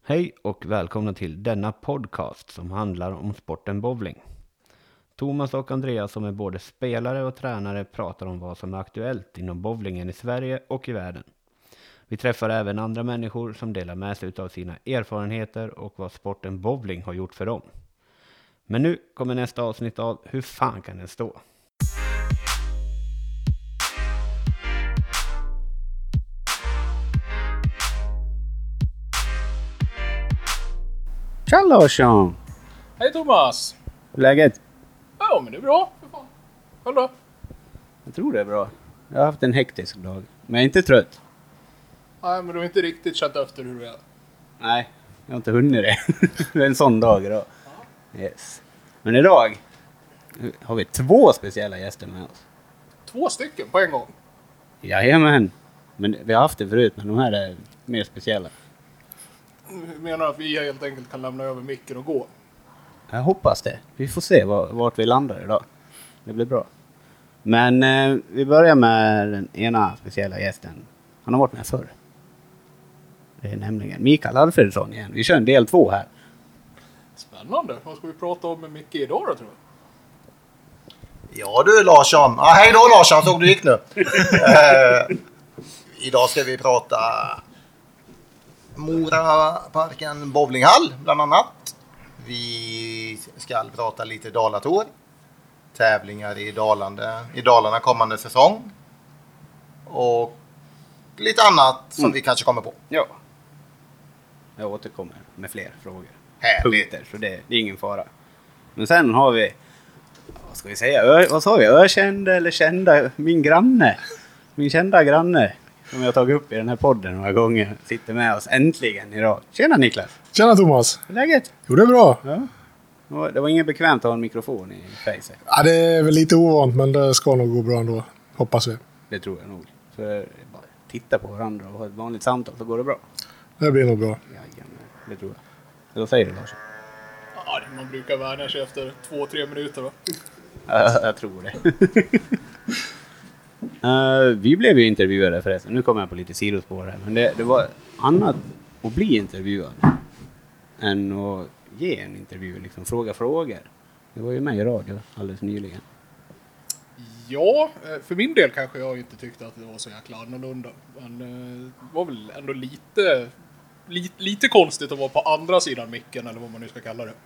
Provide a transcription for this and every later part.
Hej och välkomna till denna podcast som handlar om sporten bowling. Thomas och Andreas som är både spelare och tränare pratar om vad som är aktuellt inom bowlingen i Sverige och i världen. Vi träffar även andra människor som delar med sig av sina erfarenheter och vad sporten bowling har gjort för dem. Men nu kommer nästa avsnitt av Hur fan kan den stå? Tja Larsson! Hej Thomas! Läget? Ja men det är bra, för fan. Själv då? Jag tror det är bra. Jag har haft en hektisk dag, men jag är inte trött. Nej men du har inte riktigt känt efter hur du är. Nej, jag har inte hunnit det. Det är en sån dag idag. Yes. Men idag har vi 2 speciella gäster med oss. 2 stycken på en gång? Jajamän. Men vi har haft det förut, men de här är mer speciella. Jag menar att vi helt enkelt kan lämna över micken och gå. Jag hoppas det. Vi får se vart vi landar idag. Det blir bra. Men vi börjar med den ena speciella gästen. Han har varit med förr. Det är nämligen Mikael Alfredsson igen. Vi kör en del 2 här. Spännande. Vad ska vi prata om med Micke idag då, tror jag? Ja du Larsson. Hej då Larsson, såg du gick nu. Idag ska vi prata Moraparken bowlinghall bland annat. Vi ska prata lite Dalatour. Tävlingar i Dalarna kommande säsong. Och lite annat som vi kanske kommer på. Ja. Jag återkommer med fler frågor. Härligt. Punkter, så det är ingen fara. Men sen har vi, vad ska vi säga, vad sa vi? Ökända eller kända, min kända granne som jag har tagit upp i den här podden några gånger, sitter med oss äntligen idag. Tjena Niklas! Tjena Thomas! Hur är läget? Jo, det är bra. Ja. Det var ingen bekvämt att ha en mikrofon i face. Ja, det är väl lite ovant, men det ska nog gå bra ändå. Hoppas vi. Det tror jag nog. För bara titta på varandra och ha ett vanligt samtal så går det bra. Det blir nog bra. Jajamän, det tror jag. Eller vad säger du Lars? Ja, man brukar värna sig efter 2-3 minuter va? Jag tror det. Vi blev ju intervjuade förresten. Nu kommer jag på lite sidospår här. Men det var annat att bli intervjuad än att ge en intervju. Liksom fråga frågor. Det var ju med i radio alldeles nyligen. Ja, för min del kanske jag inte tyckte att det var så jäkla annorlunda. Men det var väl ändå lite konstigt att vara på andra sidan micken eller vad man nu ska kalla det.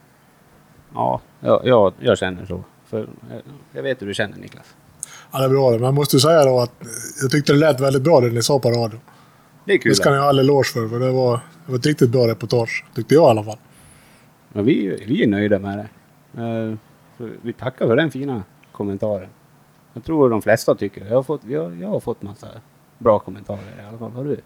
Ja, jag känner så. För jag vet hur du känner Niklas. Ja, det är bra. Men jag måste ju säga då att jag tyckte det lät väldigt bra det ni sa på radio. Det är kul. Det ska ni ha all eloge för det var ett riktigt bra reportage. Tyckte jag i alla fall. Ja, vi är nöjda med det. Vi tackar för den fina kommentaren. Jag tror de flesta tycker. Jag har fått massa bra kommentarer i alla fall. Har du?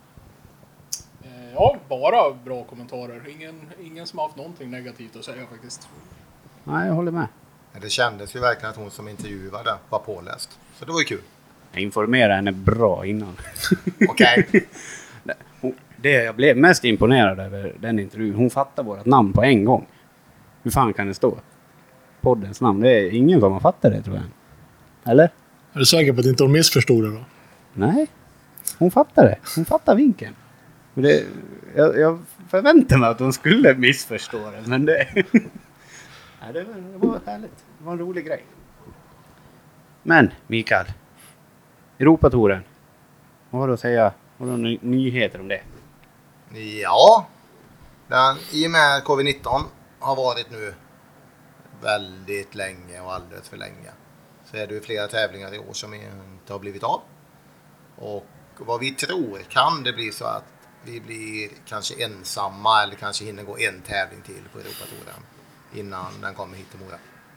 Ja, bara bra kommentarer. Ingen som har haft någonting negativt att säga faktiskt. Nej, jag håller med. Det kändes ju verkligen att hon som intervjuade var påläst. Så det var ju kul. Jag informerade henne bra innan. Okej. Det jag blev mest imponerad över den intervjun. Hon fattade vårt namn på en gång. Hur fan kan det stå? Poddens namn. Det är ingen som har fattat det tror jag. Eller? Är du säker på att inte hon missförstod det då? Nej. Hon fattade det. Hon fattade vinkeln. Jag förväntade mig att hon skulle missförstå det. Men det... Nej, det var härligt. Det var en rolig grej. Men, Mikael. Europatouren. Vad har du att säga? Vad har du nyheter om det? Ja. I och med covid-19 har varit nu väldigt länge och alldeles för länge. Så är det ju flera tävlingar i år som inte har blivit av. Och vad vi tror kan det bli så att vi blir kanske ensamma eller kanske hinner gå en tävling till på Europatouren innan den kommer hit till Mora.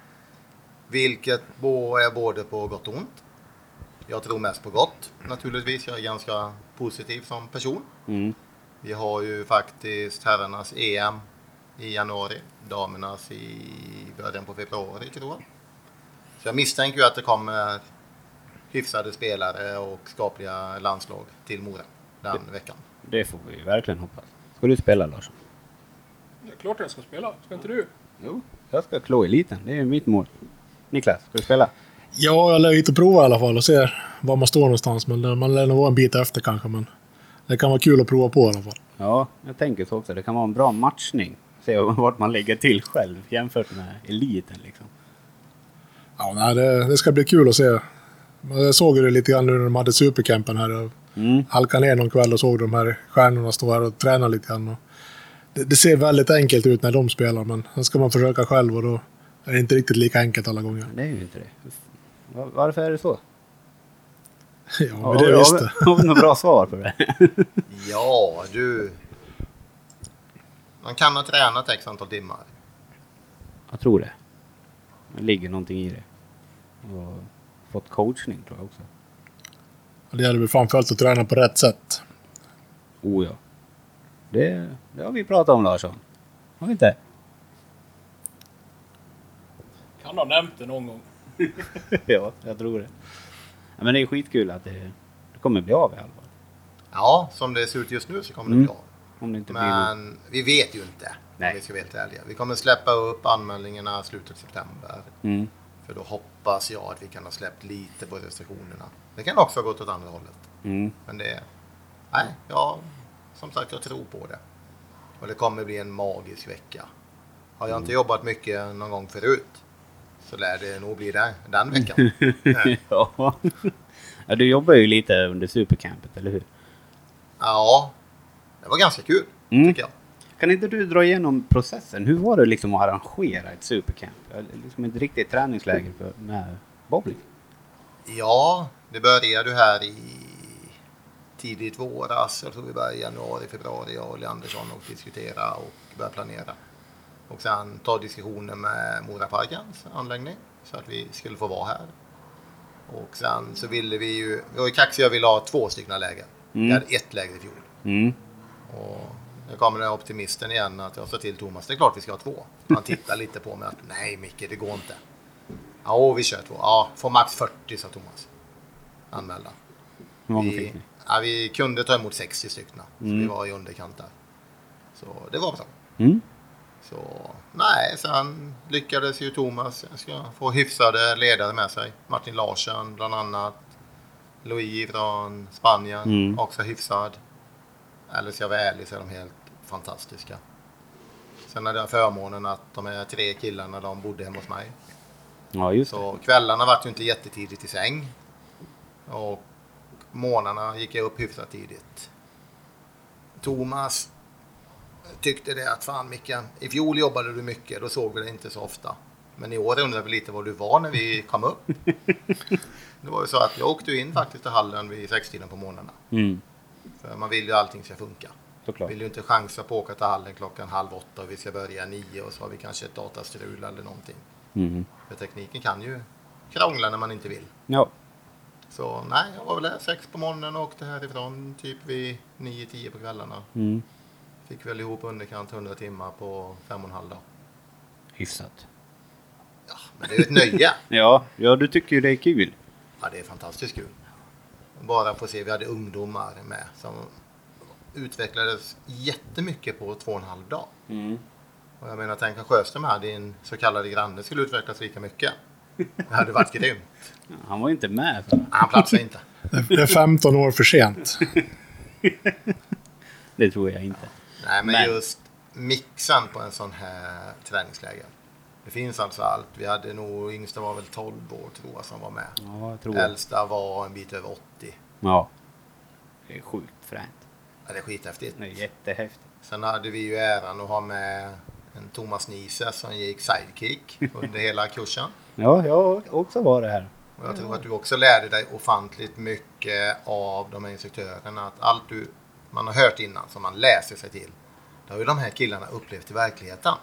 Vilket är både på gott och ont. Jag tror mest på gott naturligtvis. Jag är ganska positiv som person. Mm. Vi har ju faktiskt herrarnas EM i januari. Damernas i början på februari tror jag. Så jag misstänker ju att det kommer hyfsade spelare och skapliga landslag till Mora den veckan. Det får vi verkligen hoppas. Ska du spela Larsson? Det är klart jag ska spela. Ska inte du? Jo, jag ska klå eliten. Det är mitt mål. Niklas, ska du spela? Ja, jag lär hit och prova i alla fall och se var man står någonstans. Men man lär nog vara en bit efter kanske. Men det kan vara kul att prova på i alla fall. Ja, jag tänker så också. Det kan vara en bra matchning. Se vart man lägger till själv jämfört med eliten liksom. Ja, nej, det ska bli kul att se. Jag såg det lite grann nu när de hade supercampen här. Halkade ner någon kväll och såg de här stjärnorna stå här och träna lite grann. Och det ser väldigt enkelt ut när de spelar, men sen ska man försöka själv och då är det inte riktigt lika enkelt alla gånger. Det är ju inte det. Varför är det så? Ja, men det visste. Har vi något bra svar på det? Ja, du. Man kan ha tränat x antal timmar. Jag tror det. Det ligger någonting i det. Och fått coachning tror jag också. Det gäller väl framförallt att träna på rätt sätt. Oh ja. Det har vi pratat om, Larsson. Har vi inte? Kan ha nämnt det någon gång. Ja, jag tror det. Ja, men det är skitkul att det kommer bli av i alla fall. Ja, som det ser ut just nu så kommer det bli av. Om det inte blir Men vi vet ju inte. Nej. Om vi ska vara helt ärliga. Vi kommer släppa upp anmälningarna slutet av september. För då hoppas jag att vi kan ha släppt lite på restriktionerna. Det kan också ha gått åt andra hållet. Men det... Nej, som sagt, jag tror på det. Och det kommer bli en magisk vecka. Har jag inte jobbat mycket någon gång förut så lär det nog bli den veckan. Ja. Ja, du jobbar ju lite under supercampet, eller hur? Ja, det var ganska kul tycker jag. Kan inte du dra igenom processen? Hur var det liksom att arrangera ett supercamp? Liksom ett riktigt träningsläger med bowling? Ja, det började ju här i tidigt våras. Jag tror vi började i januari, februari, jag och Leandersson och diskutera och börja planera. Och sen ta diskussioner med Moraparkens anläggning så att vi skulle få vara här. Och sen så ville vi var ju kaxiga och ville ha 2 stycken läger. Vi hade 1 läger i fjol. Och jag kommer den optimisten igen att jag sa till Thomas, det är klart vi ska ha 2. Han tittar lite på mig att nej Micke, det går inte. Ja, vi kör 2. Ja, får max 40 sa Thomas. Anmälda. Hur många fick ni? Ja, vi kunde ta emot 60 stycken. Så vi var i underkant där. Så det var bra. Så nej, sen lyckades ju Thomas ska få hyfsade ledare med sig. Martin Larsson bland annat. Louis från Spanien, också hyfsad. Eller så jag var ärlig så är de helt fantastiska. Sen hade jag förmånen att de är 3 killarna, de bodde hemma hos mig. Ja, just så kvällarna var ju inte jättetidigt i säng. Och morgnarna gick jag upp hyfsat tidigt. Thomas tyckte det att fan Micke, i fjol jobbade du mycket, då såg vi det inte så ofta. Men i år undrar vi lite var du var när vi kom upp. Det var ju så att jag åkte in faktiskt till hallen vid 6-tiden på morgnarna. För man vill ju allting ska funka. Såklart. Vill ju inte chansa på att åka till hallen klockan 7:30 och vi ska börja 9 och så har vi kanske ett datastrul eller någonting. För tekniken kan ju krångla när man inte vill. Ja. Så nej, jag var väl där 6 på morgonen och åkte härifrån typ vid 9-10 på kvällarna. Fick väl ihop underkant 100 timmar på 5,5 dag. Hyfsat. Ja, men det är ju ett nöje. Ja, du tycker ju det är kul. Ja, det är fantastiskt kul. Bara få se, vi hade ungdomar med som utvecklades jättemycket på 2,5 dag. Och jag menar, tänk om Sjöström här, din så kallade granne, skulle utvecklas lika mycket. Det hade varit grymt. Han var ju inte med. Så. Han platsade inte. Det är 15 år för sent. Det tror jag inte. Nej, men just mixen på en sån här träningsläger. Det finns alltså allt. Vi hade nog, yngsta var väl 12 år tror jag som var med. Ja, jag tror det. Äldsta var en bit över 80. Ja. Det är sjukt fränt. Ja, det är skithäftigt. Det är jättehäftigt. Sen hade vi ju äran att ha med en Thomas Niese som gick sidekick under hela kursen. Ja, jag också var det här. Och jag tror att du också lärde dig ofantligt mycket av de här instruktörerna. Att allt man har hört innan som man läser sig till, det har ju de här killarna upplevt i verkligheten.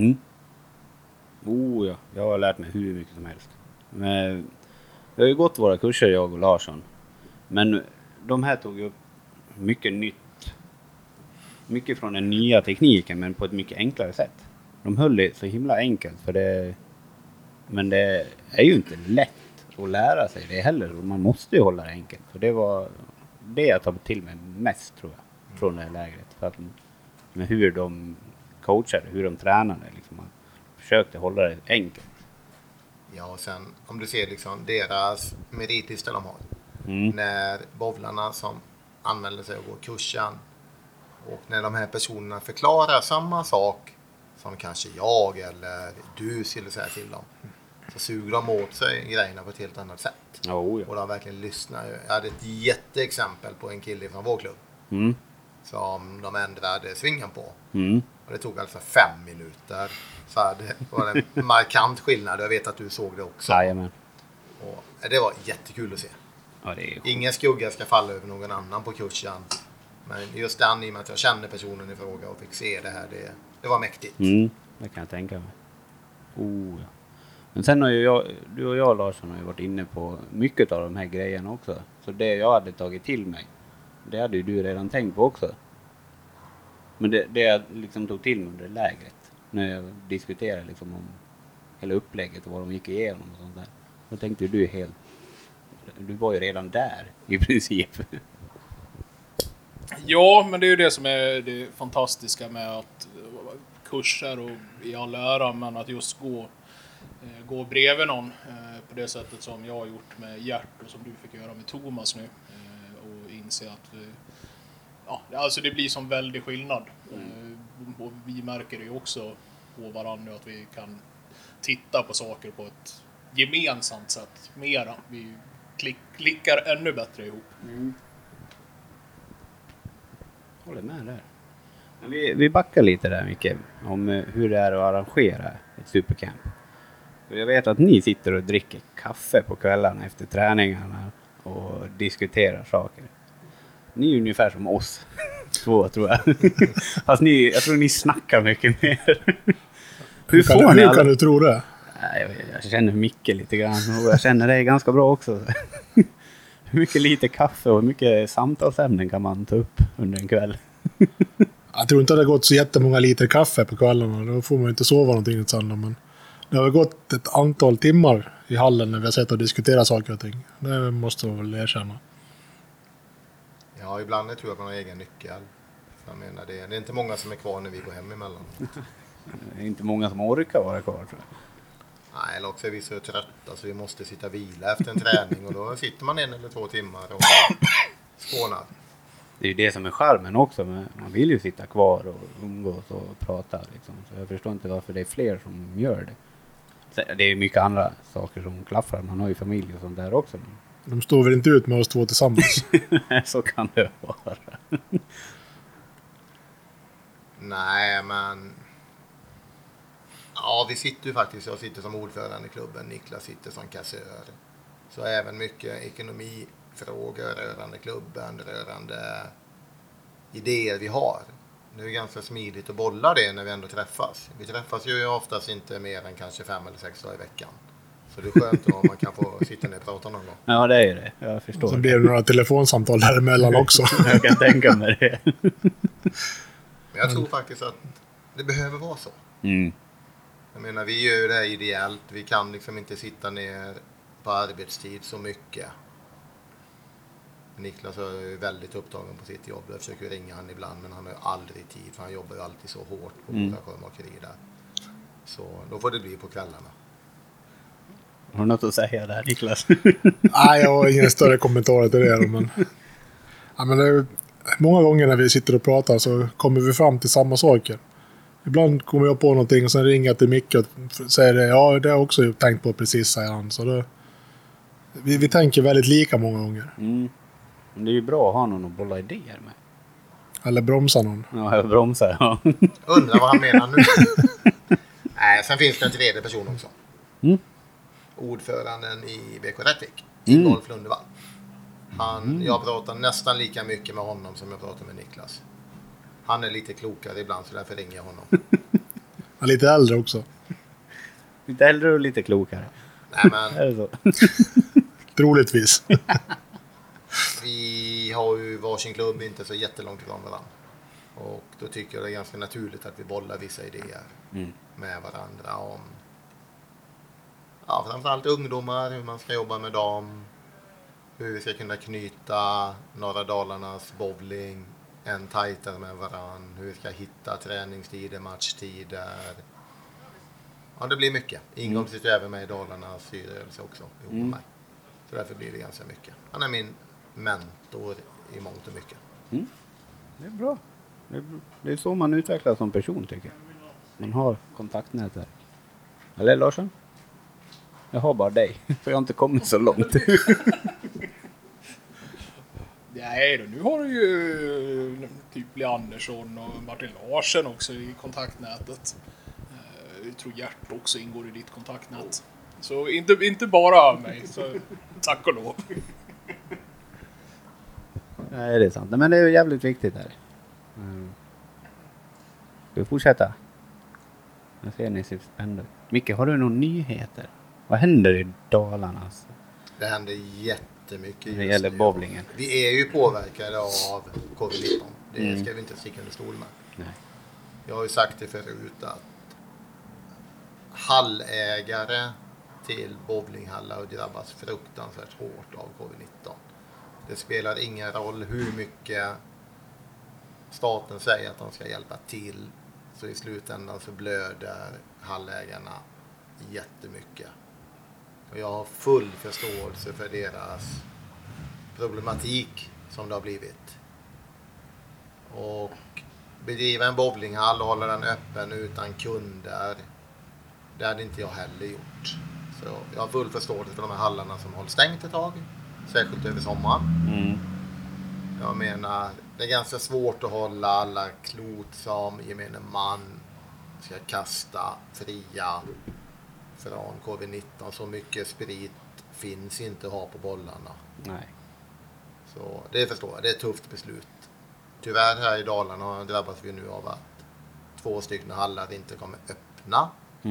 Oh ja, jag har lärt mig hur mycket som helst. Men vi har ju gått våra kurser, jag och Larsson. Men de här tog upp mycket nytt. Mycket från den nya tekniken, men på ett mycket enklare sätt. De höll det så himla enkelt, men det är ju inte lätt att lära sig det heller. Man måste ju hålla det enkelt. För det var det jag tagit till mig mest, tror jag, från det här lägret. För att, med hur de coachade, hur de tränade, liksom, försökte hålla det enkelt. Ja, och sen om du ser liksom deras meritlista de har. När bowlarna som anmäler sig och går kursen Och när de här personerna förklarar samma sak som kanske jag eller du skulle säga till dem, så suger de åt sig grejerna på ett helt annat sätt. Oh, ja. Och de verkligen lyssnar. Jag hade ett jätteexempel på en kille från vår klubb som de ändrade svingen på. Och det tog alltså 5 minuter. Så det var en markant skillnad. Jag vet att du såg det också. Jajamän. Och det var jättekul att se. Ja, det är Ingen skugga ska falla över någon annan på kursen. Men just den, i och med att jag känner personen i fråga och fick se det här, det var mäktigt. Det kan jag tänka mig. Oh, ja. Men sen har ju du och jag Larsson har ju varit inne på mycket av de här grejerna också. Så det jag hade tagit till mig, det hade ju du redan tänkt på också. Men det jag liksom tog till mig under lägret, när jag diskuterade liksom om hela upplägget och vad de gick igenom och sånt där. Då tänkte du var ju redan där i princip. Ja, men det är ju det som är det fantastiska med att kurser och i all ära, men att just gå bredvid någon på det sättet som jag har gjort med Gert och som du fick göra med Thomas nu, och inse att alltså det blir som väldigt skillnad. Och vi märker det ju också på varandra att vi kan titta på saker på ett gemensamt sätt mera. Vi klickar ännu bättre ihop. Håller med där. Men vi backar lite där mycket om hur det är att arrangera ett supercamp. För jag vet att ni sitter och dricker kaffe på kvällarna efter träningarna och diskuterar saker. Ni är ungefär som oss två, tror jag. Fast jag tror ni snackar mycket mer. Hur kan du tro det? Jag känner Micke lite grann och jag känner det ganska bra också. Hur mycket lite kaffe och hur mycket samtalsämnen kan man ta upp under en kväll? Jag tror inte att det har gått så jättemånga liter kaffe på kvällarna. Då får man inte sova någonting åt söndag. Men det har gått ett antal timmar i hallen när vi har sett och diskuterat saker och ting. Det måste man väl erkänna. Ja, ibland tror jag att man har egen nyckel. Jag menar, det är inte många som är kvar när vi går hem emellan. Det är inte många som orkar vara kvar, tror jag. Nej, eller också är vi så trötta så vi måste sitta och vila efter en träning. Och då sitter man 1 eller 2 timmar och skånar. Det är ju det som är charmen också. Men man vill ju sitta kvar och umgås och prata. Liksom. Så jag förstår inte varför det är fler som gör det. Det är mycket andra saker som klaffar. Man har ju familj och sånt där också. De står väl inte ut med oss 2 tillsammans? Så kan det vara. Nej, men... Ja, vi sitter ju faktiskt. Jag sitter som ordförande i klubben. Niklas sitter som kassör. Så även mycket ekonomifrågor rörande klubben, rörande idéer vi har. Det är ganska smidigt att bolla det när vi ändå träffas. Vi träffas ju oftast inte mer än kanske 5 eller 6 dagar i veckan. Så det är skönt om man kan få sitta ner och prata någon gång. Ja, det är ju det. Jag förstår. Så blir det några telefonsamtal däremellan också. Jag kan tänka mig det. Men jag tror faktiskt att det behöver vara så. Jag menar, vi gör ju det här ideellt. Vi kan liksom inte sitta ner på arbetstid så mycket. Niklas är ju väldigt upptagen på sitt jobb. Jag försöker ringa han ibland, men han har ju aldrig tid. För han jobbar ju alltid så hårt på våra sjömakeri där. Så då får det bli på kvällarna. Har du något att säga där, Niklas? Nej, jag har ingen större kommentar till det. Men det är, många gånger när vi sitter och pratar så kommer vi fram till samma saker. Ibland kommer jag på någonting och sen ringer jag till Micke och säger det. Ja, det har jag också tänkt på precis, säger han. Så det, vi tänker väldigt lika många gånger. Det är ju bra att ha någon att bolla idéer med. Eller bromsa någon. Ja, jag bromsar. Ja. Undrar vad han menar nu. Nej, sen finns det en tredje person också. Ordföranden i BK Rättvik, Ingolf Lundevall. Jag pratar nästan lika mycket med honom som jag pratar med Niklas. Han är lite klokare ibland, så därför ringer jag honom. Han är lite äldre också. Lite äldre och lite klokare. Nej, men Är det så? Troligtvis. vi har ju varsin klubb inte så jättelångt ifrån varandra. Och då tycker jag det är ganska naturligt att vi bollar vissa idéer med varandra om framförallt ungdomar, hur man ska jobba med dem, hur vi ska kunna knyta norra Dalarnas bowling än tajtare med varann, hur vi ska hitta träningstider, matchtider. Ja, det blir mycket. Ingolf sitter även med i Dalarnas styrelse också ihop med mig. Så därför blir det ganska mycket. Han är min mentor i mångt och mycket. Det är bra. Det är så man utvecklas som person, tycker jag. Man har kontaktnätverk. Eller Larsson? Jag har bara dig, för jag har inte kommit så långt. Nej då, nu har du ju typ Lee Andersson och Martin Larsen också i kontaktnätet. Jag tror Gert också ingår i ditt kontaktnät. Så inte bara mig, så tack och lov. Nej, det är sant. Men det är jävligt viktigt här. Ska vi fortsätta? Jag ser ni ser spända ut. Micke, har du några nyheter? Vad händer i Dalarna? Alltså? Det händer jättemycket När det gäller nu. bowlingen. Vi är ju påverkade av covid-19. Det ska vi inte sticka under stol med. Nej. Jag har ju sagt det förut att hallägare till bowlinghallar har drabbats fruktansvärt hårt av covid-19. Det spelar ingen roll hur mycket staten säger att de ska hjälpa till, så i slutändan så blöder hallägarna jättemycket. Och jag har full förståelse för deras problematik som det har blivit. Och bedriva en bowlinghall och hålla den öppen utan kunder, det hade inte jag heller gjort. Så jag har full förståelse för de här hallarna som håller stängt ett tag, särskilt över sommaren. Jag menar, det är ganska svårt att hålla alla klot som gemene man ska kasta fria från covid-19. Så mycket sprit finns inte att ha på bollarna. Nej. Så det förstår jag, det är ett tufft beslut. Tyvärr här i Dalarna drabbas vi nu av att 2 stycken hallar inte kommer öppna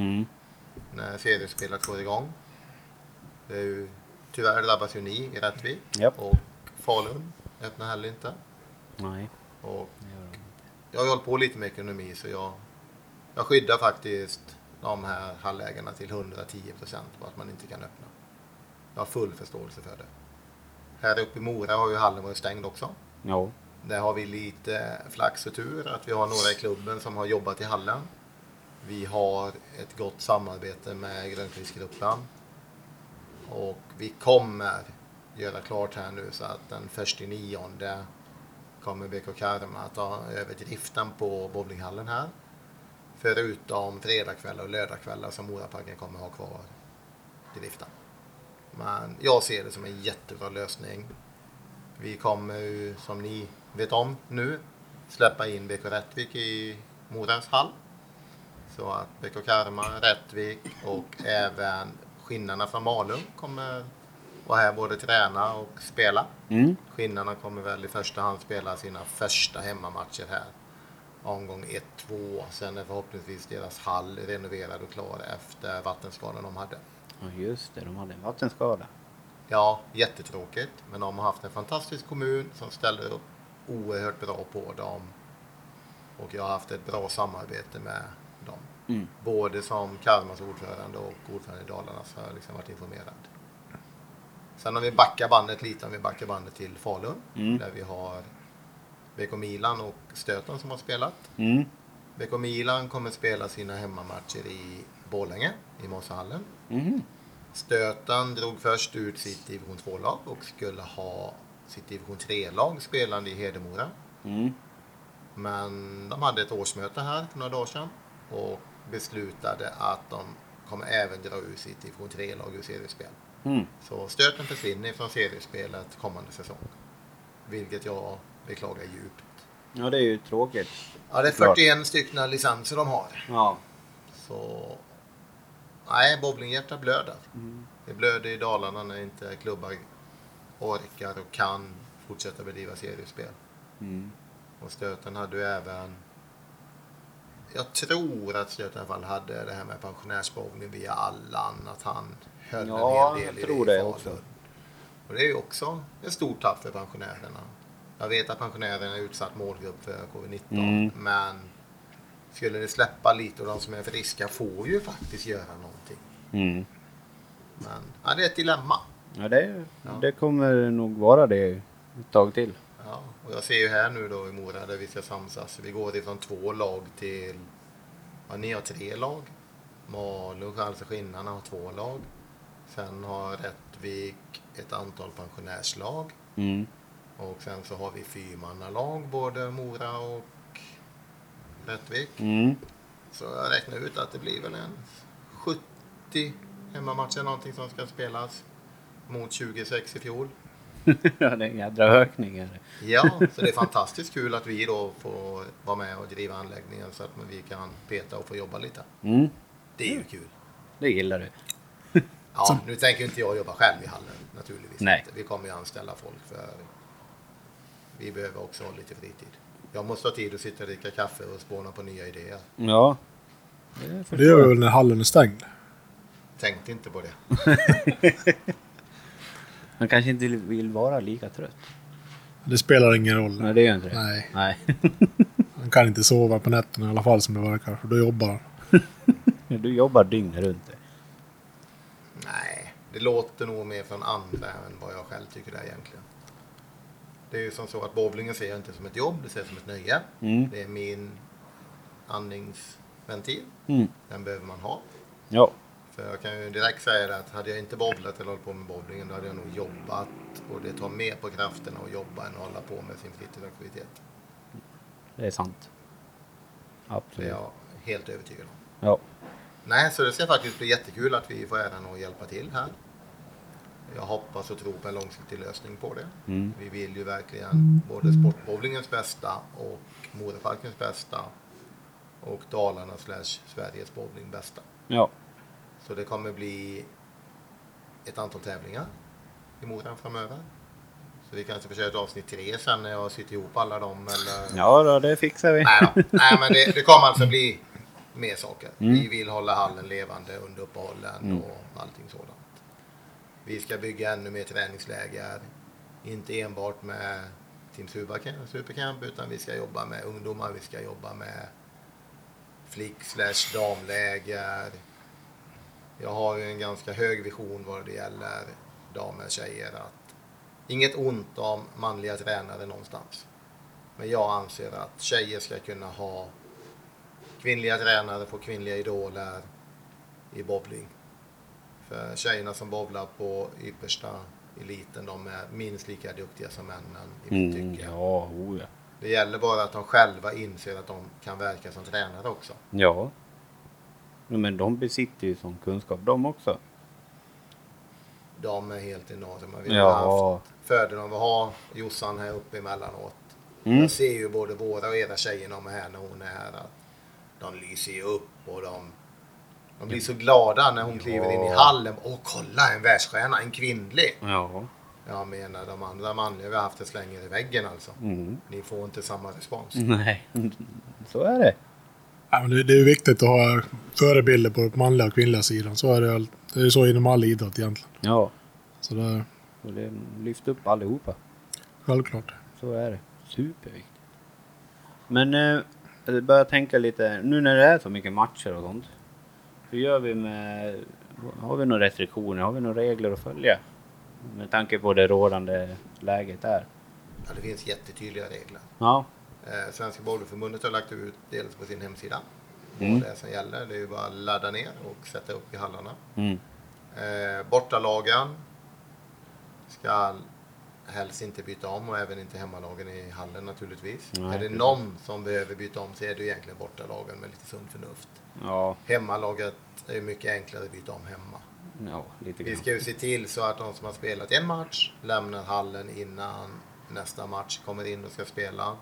när seriespelet går igång. Det är ju, tyvärr drabbas ju ni i Rättvik och Falun öppnar heller inte. Nej. Och jag har hållit på lite med ekonomi, så jag skyddar faktiskt de här hallägarna till 110% på att man inte kan öppna. Jag har full förståelse för det. Här uppe i Mora har ju hallen varit stängd också. Ja. Där har vi lite flax och tur att vi har några i klubben som har jobbat i hallen. Vi har ett gott samarbete med Grönkvistgruppen. Och vi kommer göra klart här nu så att den 1/9 kommer BK Karma att ta över driften på bowlinghallen här. Förutom fredagskvällar och lördagskvällar som Moraparken kommer ha kvar driften. Men jag ser det som en jättebra lösning. Vi kommer ju, som ni vet om nu, släppa in BK Rättvik i Moras hall. Så att BK Karma, Rättvik och även Skinnarna från Malung kommer vara här både träna och spela. Skinnarna kommer väl i första hand spela sina första hemmamatcher här. Omgång 1-2. Sen är förhoppningsvis deras hall renoverad och klar efter vattenskadan de hade. Ja, just det. De hade en vattenskada. Ja, jättetråkigt. Men de har haft en fantastisk kommun som ställer upp oerhört bra på dem. Och jag har haft ett bra samarbete med dem. Både som Karmas ordförande och ordförande i Dalarna, så har jag liksom varit informerad. Sen om vi backar bandet lite, om vi backar bandet till Falun. Där vi har BK Milan och Stöten som har spelat. BK Milan kommer spela sina hemmamatcher i Borlänge, i Måsahallen. Stöten drog först ut sitt division 2-lag och skulle ha sitt division 3-lag spelande i Hedemora. Men de hade ett årsmöte här för några dagar sedan och beslutade att de kommer även dra ur sitt division 3-lag ur seriespel. Så Stöten försvinner från seriespelet kommande säsong. Vilket jag beklagar djupt. Ja, det är ju tråkigt. Ja, det är 41 stycken licenser de har. Ja. Så nej, bowlinghjärta blöder. Det blöder i Dalarna när inte klubbar orkar och kan fortsätta bedriva seriespel. Och Stöten hade ju även, jag tror att Stöten i alla fall hade det här med pensionärsbowling via Allan, att han höll en hel del i jag tror det Falun. också. Och det är ju också en stor tapp för pensionärerna. Jag vet att pensionärerna är utsatt målgrupp för covid-19, men skulle det släppa lite och de som är friska får ju faktiskt göra någonting. Men ja, det är ett dilemma. Ja, det kommer nog vara det ett tag till. Ja, och jag ser ju här nu då i Mora där vi ska samsas. Vi går ifrån 2 lag till, ja, ni har 3 lag. Malung, alltså Skinnarna har 2 lag. Sen har Rättvik ett antal pensionärslag. Och sen så har vi 4-mannalag, både Mora och Rättvik. Mm. Så jag räknar ut att det blir väl en 70 hemmamatcher någonting som ska spelas mot 26 i fjol. Ja, det är en jädra ökning. Är det? Ja, så det är fantastiskt kul att vi då får vara med och driva anläggningen så att vi kan peta och få jobba lite. Mm. Det är ju kul. Det gillar du. Ja, nu tänker inte jag jobba själv i hallen naturligtvis. Nej. Inte. Vi kommer ju anställa folk för vi behöver också ha lite fritid. Jag måste ha tid att sitta och dricka kaffe och spåna på nya idéer. Ja. Det gör vi väl när hallen är stängd. Tänkte inte på det. Han kanske inte vill vara lika trött. Det spelar ingen roll. Nej, det gör inte det. Nej. Nej. Han kan inte sova på nätterna i alla fall som det verkar. För då jobbar han. Du jobbar dygnet runt det. Nej, det låter nog mer från andra än vad jag själv tycker det är egentligen. Det är ju som så att bowlingen ser jag inte som ett jobb, det ser jag som ett nöje. Mm. Det är min andningsventil. Mm. Den behöver man ha. Ja. För jag kan ju direkt säga det att hade jag inte bowlat eller hållit på med bowlingen då hade jag nog jobbat. Och det tar mer på krafterna att jobba än att hålla på med sin fritidsaktivitet. Det är sant. Det är Absolut. jag helt övertygad om. Ja. Nej, så det ska faktiskt bli jättekul att vi får äran att hjälpa till här. Jag hoppas och tror på en långsiktig lösning på det. Mm. Vi vill ju verkligen både sportbowlingens bästa och Moraparkens bästa och Dalarna / Sveriges bowling bästa. Ja. Så det kommer bli ett antal tävlingar i Mora framöver. Så vi kanske får köra ett avsnitt 3 sen när jag sitter ihop alla dem. Eller... Ja då, det fixar vi. Nej, men det kommer alltså bli mer saker. Mm. Vi vill hålla hallen levande under uppehållen och allting sådant. Vi ska bygga ännu mer träningsläger. Inte enbart med Team Supercamp utan vi ska jobba med ungdomar. Vi ska jobba med flick / damläger. Jag har ju en ganska hög vision vad det gäller damer och tjejer. Att inget ont om manliga tränare någonstans. Men jag anser att tjejer ska kunna ha kvinnliga tränare, få kvinnliga idoler i bowling. För tjejerna som bowlar på yppersta eliten, de är minst lika duktiga som männen i mitt tycke. Ja, ja. Det gäller bara att de själva inser att de kan verka som tränare också. Ja. Men de besitter ju sån kunskap de också. De är helt enorma. Vi Ja. har haft fördelen av att ha Jossan här uppe emellanåt. Mm. Jag ser ju både våra och era tjejer när här när hon är här att de lyser ju upp och de blir så glada när hon kliver in i hallen. Åh, kolla en världsstjärna, en kvinnlig. Ja. Jag menar de andra manliga vi har haft det slänger i väggen alltså. Mm. Ni får inte samma respons. Nej, så är det. Ja, men det är ju viktigt att ha förebilder på den manliga och kvinnliga sidan. Så är det, det är ju så inom all idrott egentligen. Ja. Så det är Och det lyfter upp allihopa. självklart. Så är det. Superviktigt. Men jag börjar tänka lite, nu när det är så mycket matcher och sånt. Hur gör vi med, har vi några restriktioner, har vi några regler att följa? Med tanke på det rådande läget där. Ja, det finns jättetydliga regler. Ja. Svenska Bowlingförbundet har lagt ut dels på sin hemsida. Mm. Vad det är som gäller. Det är ju bara att ladda ner och sätta upp i hallarna. Mm. Bortalagen ska helst inte byta om och även inte hemmalagen i hallen naturligtvis. Nej, är det precis. någon som behöver byta om så är det egentligen bortalagen med lite sunt förnuft. Ja. Hemmalaget är mycket enklare att byta om hemma. Ja, lite Vi grann. ska ju se till så att de som har spelat en match lämnar hallen innan nästa match kommer in och ska spela.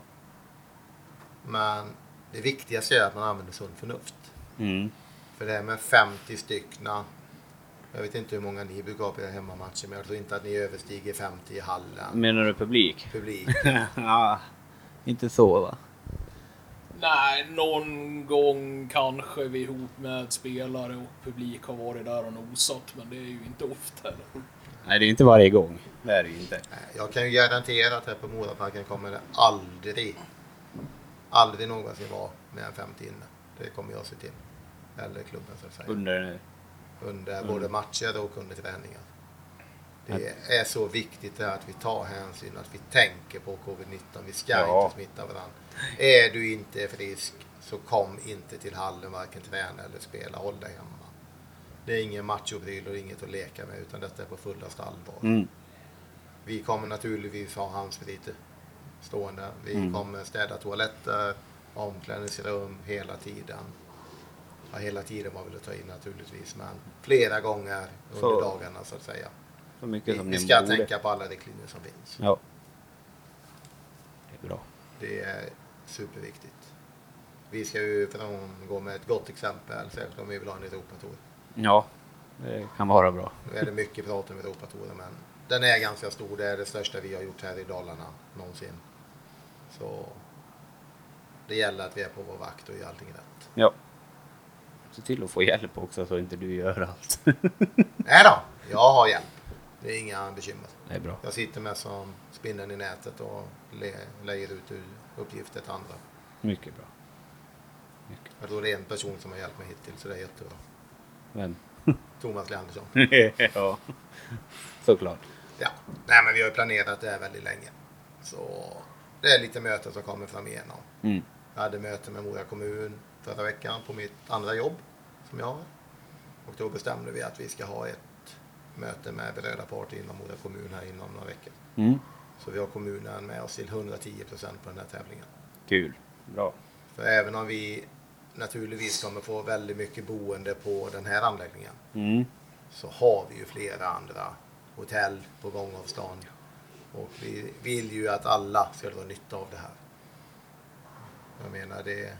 Men det viktigaste är att man använder sunt förnuft. Mm. För det är med 50 styckna. Jag vet inte hur många ni brukar ha på era hemmamatcher, men jag tror inte att ni överstiger 50 i hallen. Menar du publik? Publik. Ja, inte så va? Nej, någon gång kanske vi ihop med spelare och publik har varit där och nosat, men det är ju inte ofta. Eller? Nej, det är inte varje gång. Det är det ju inte. Jag kan ju garantera att här på Moraparken kommer det aldrig någonsin vara mer än 50 inne. Det kommer jag se till. Eller klubben så att säga. Under både matcher och under träningar. Det är så viktigt att vi tar hänsyn, att vi tänker på covid-19. Vi ska inte smitta varandra. Är du inte frisk så kom inte till hallen, varken träna eller spela. Håll dig hemma. Det är ingen machopryl och inget att leka med, utan detta är på fullaste allvar. Mm. Vi kommer naturligtvis ha handsprit stående. Vi kommer städa toaletter. omklädningsrum hela tiden. Ja, hela tiden var väl att ta in naturligtvis, men flera gånger under dagarna så att säga. Så mycket som Vi ni ska borde. tänka på alla riktlinjer som finns. Ja. Det är bra. Det är superviktigt. Vi ska ju gå med ett gott exempel, särskilt om vi vill ha en Europatour. Ja, det kan vara bra. Nu är det mycket prat om Europatouren, men den är ganska stor. Det är det största vi har gjort här i Dalarna någonsin. Så det gäller att vi är på vår vakt och gör allting rätt. Ja. Se till att få hjälp också så inte du gör allt. Nej då, jag har hjälp. Det är inga bekymmer. Det är bra. Jag sitter med som spindeln i nätet och lägger ut uppgifter till andra. Mycket bra. Mycket. Jag tror det är en person som har hjälpt mig hittills, så det är jättebra. Men, Thomas Leandersson. ja, såklart. Ja, nej men vi har ju planerat det här väldigt länge. Så det är lite möten som kommer fram igenom. Mm. Jag hade möte med Mora kommun förra veckan på mitt andra jobb som jag har. Och då bestämde vi att vi ska ha ett möte med berörda parter inom Mora kommun här inom några veckor. Mm. Så vi har kommunen med oss till 110% på den här tävlingen. Kul. Bra. För även om vi naturligtvis kommer få väldigt mycket boende på den här anläggningen, Mm. så har vi ju flera andra hotell på gångavstånd. Och vi vill ju att alla ska dra nytta av det här. Jag menar, det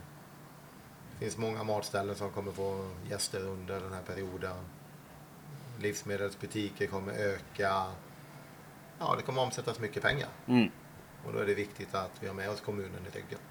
finns många matställen som kommer få gäster under den här perioden. Livsmedelsbutiker kommer öka. Ja, det kommer omsättas mycket pengar. Mm. Och då är det viktigt att vi har med oss kommunen i ryggen.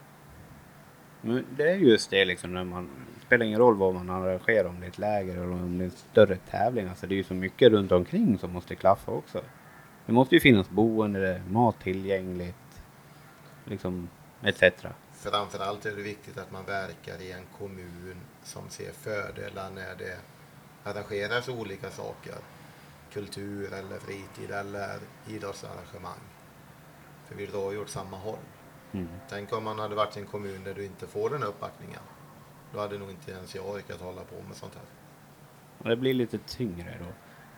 Men det är just det liksom, när man det spelar ingen roll vad man arrangerar, om det är ett läger eller om det är en större tävling. Alltså det är ju så mycket runt omkring som måste klaffa också. Det måste ju finnas boende, mat tillgängligt, liksom etc. Framförallt är det viktigt att man verkar i en kommun som ser fördelar när det arrangeras olika saker. Kultur eller fritid eller idrottsarrangemang. För vi drar ju åt samma håll. Mm. Tänk om man hade varit i en kommun där du inte får den uppbackningen. Då hade nog inte ens jag orkat hålla på med sånt här. Och det blir lite tyngre då,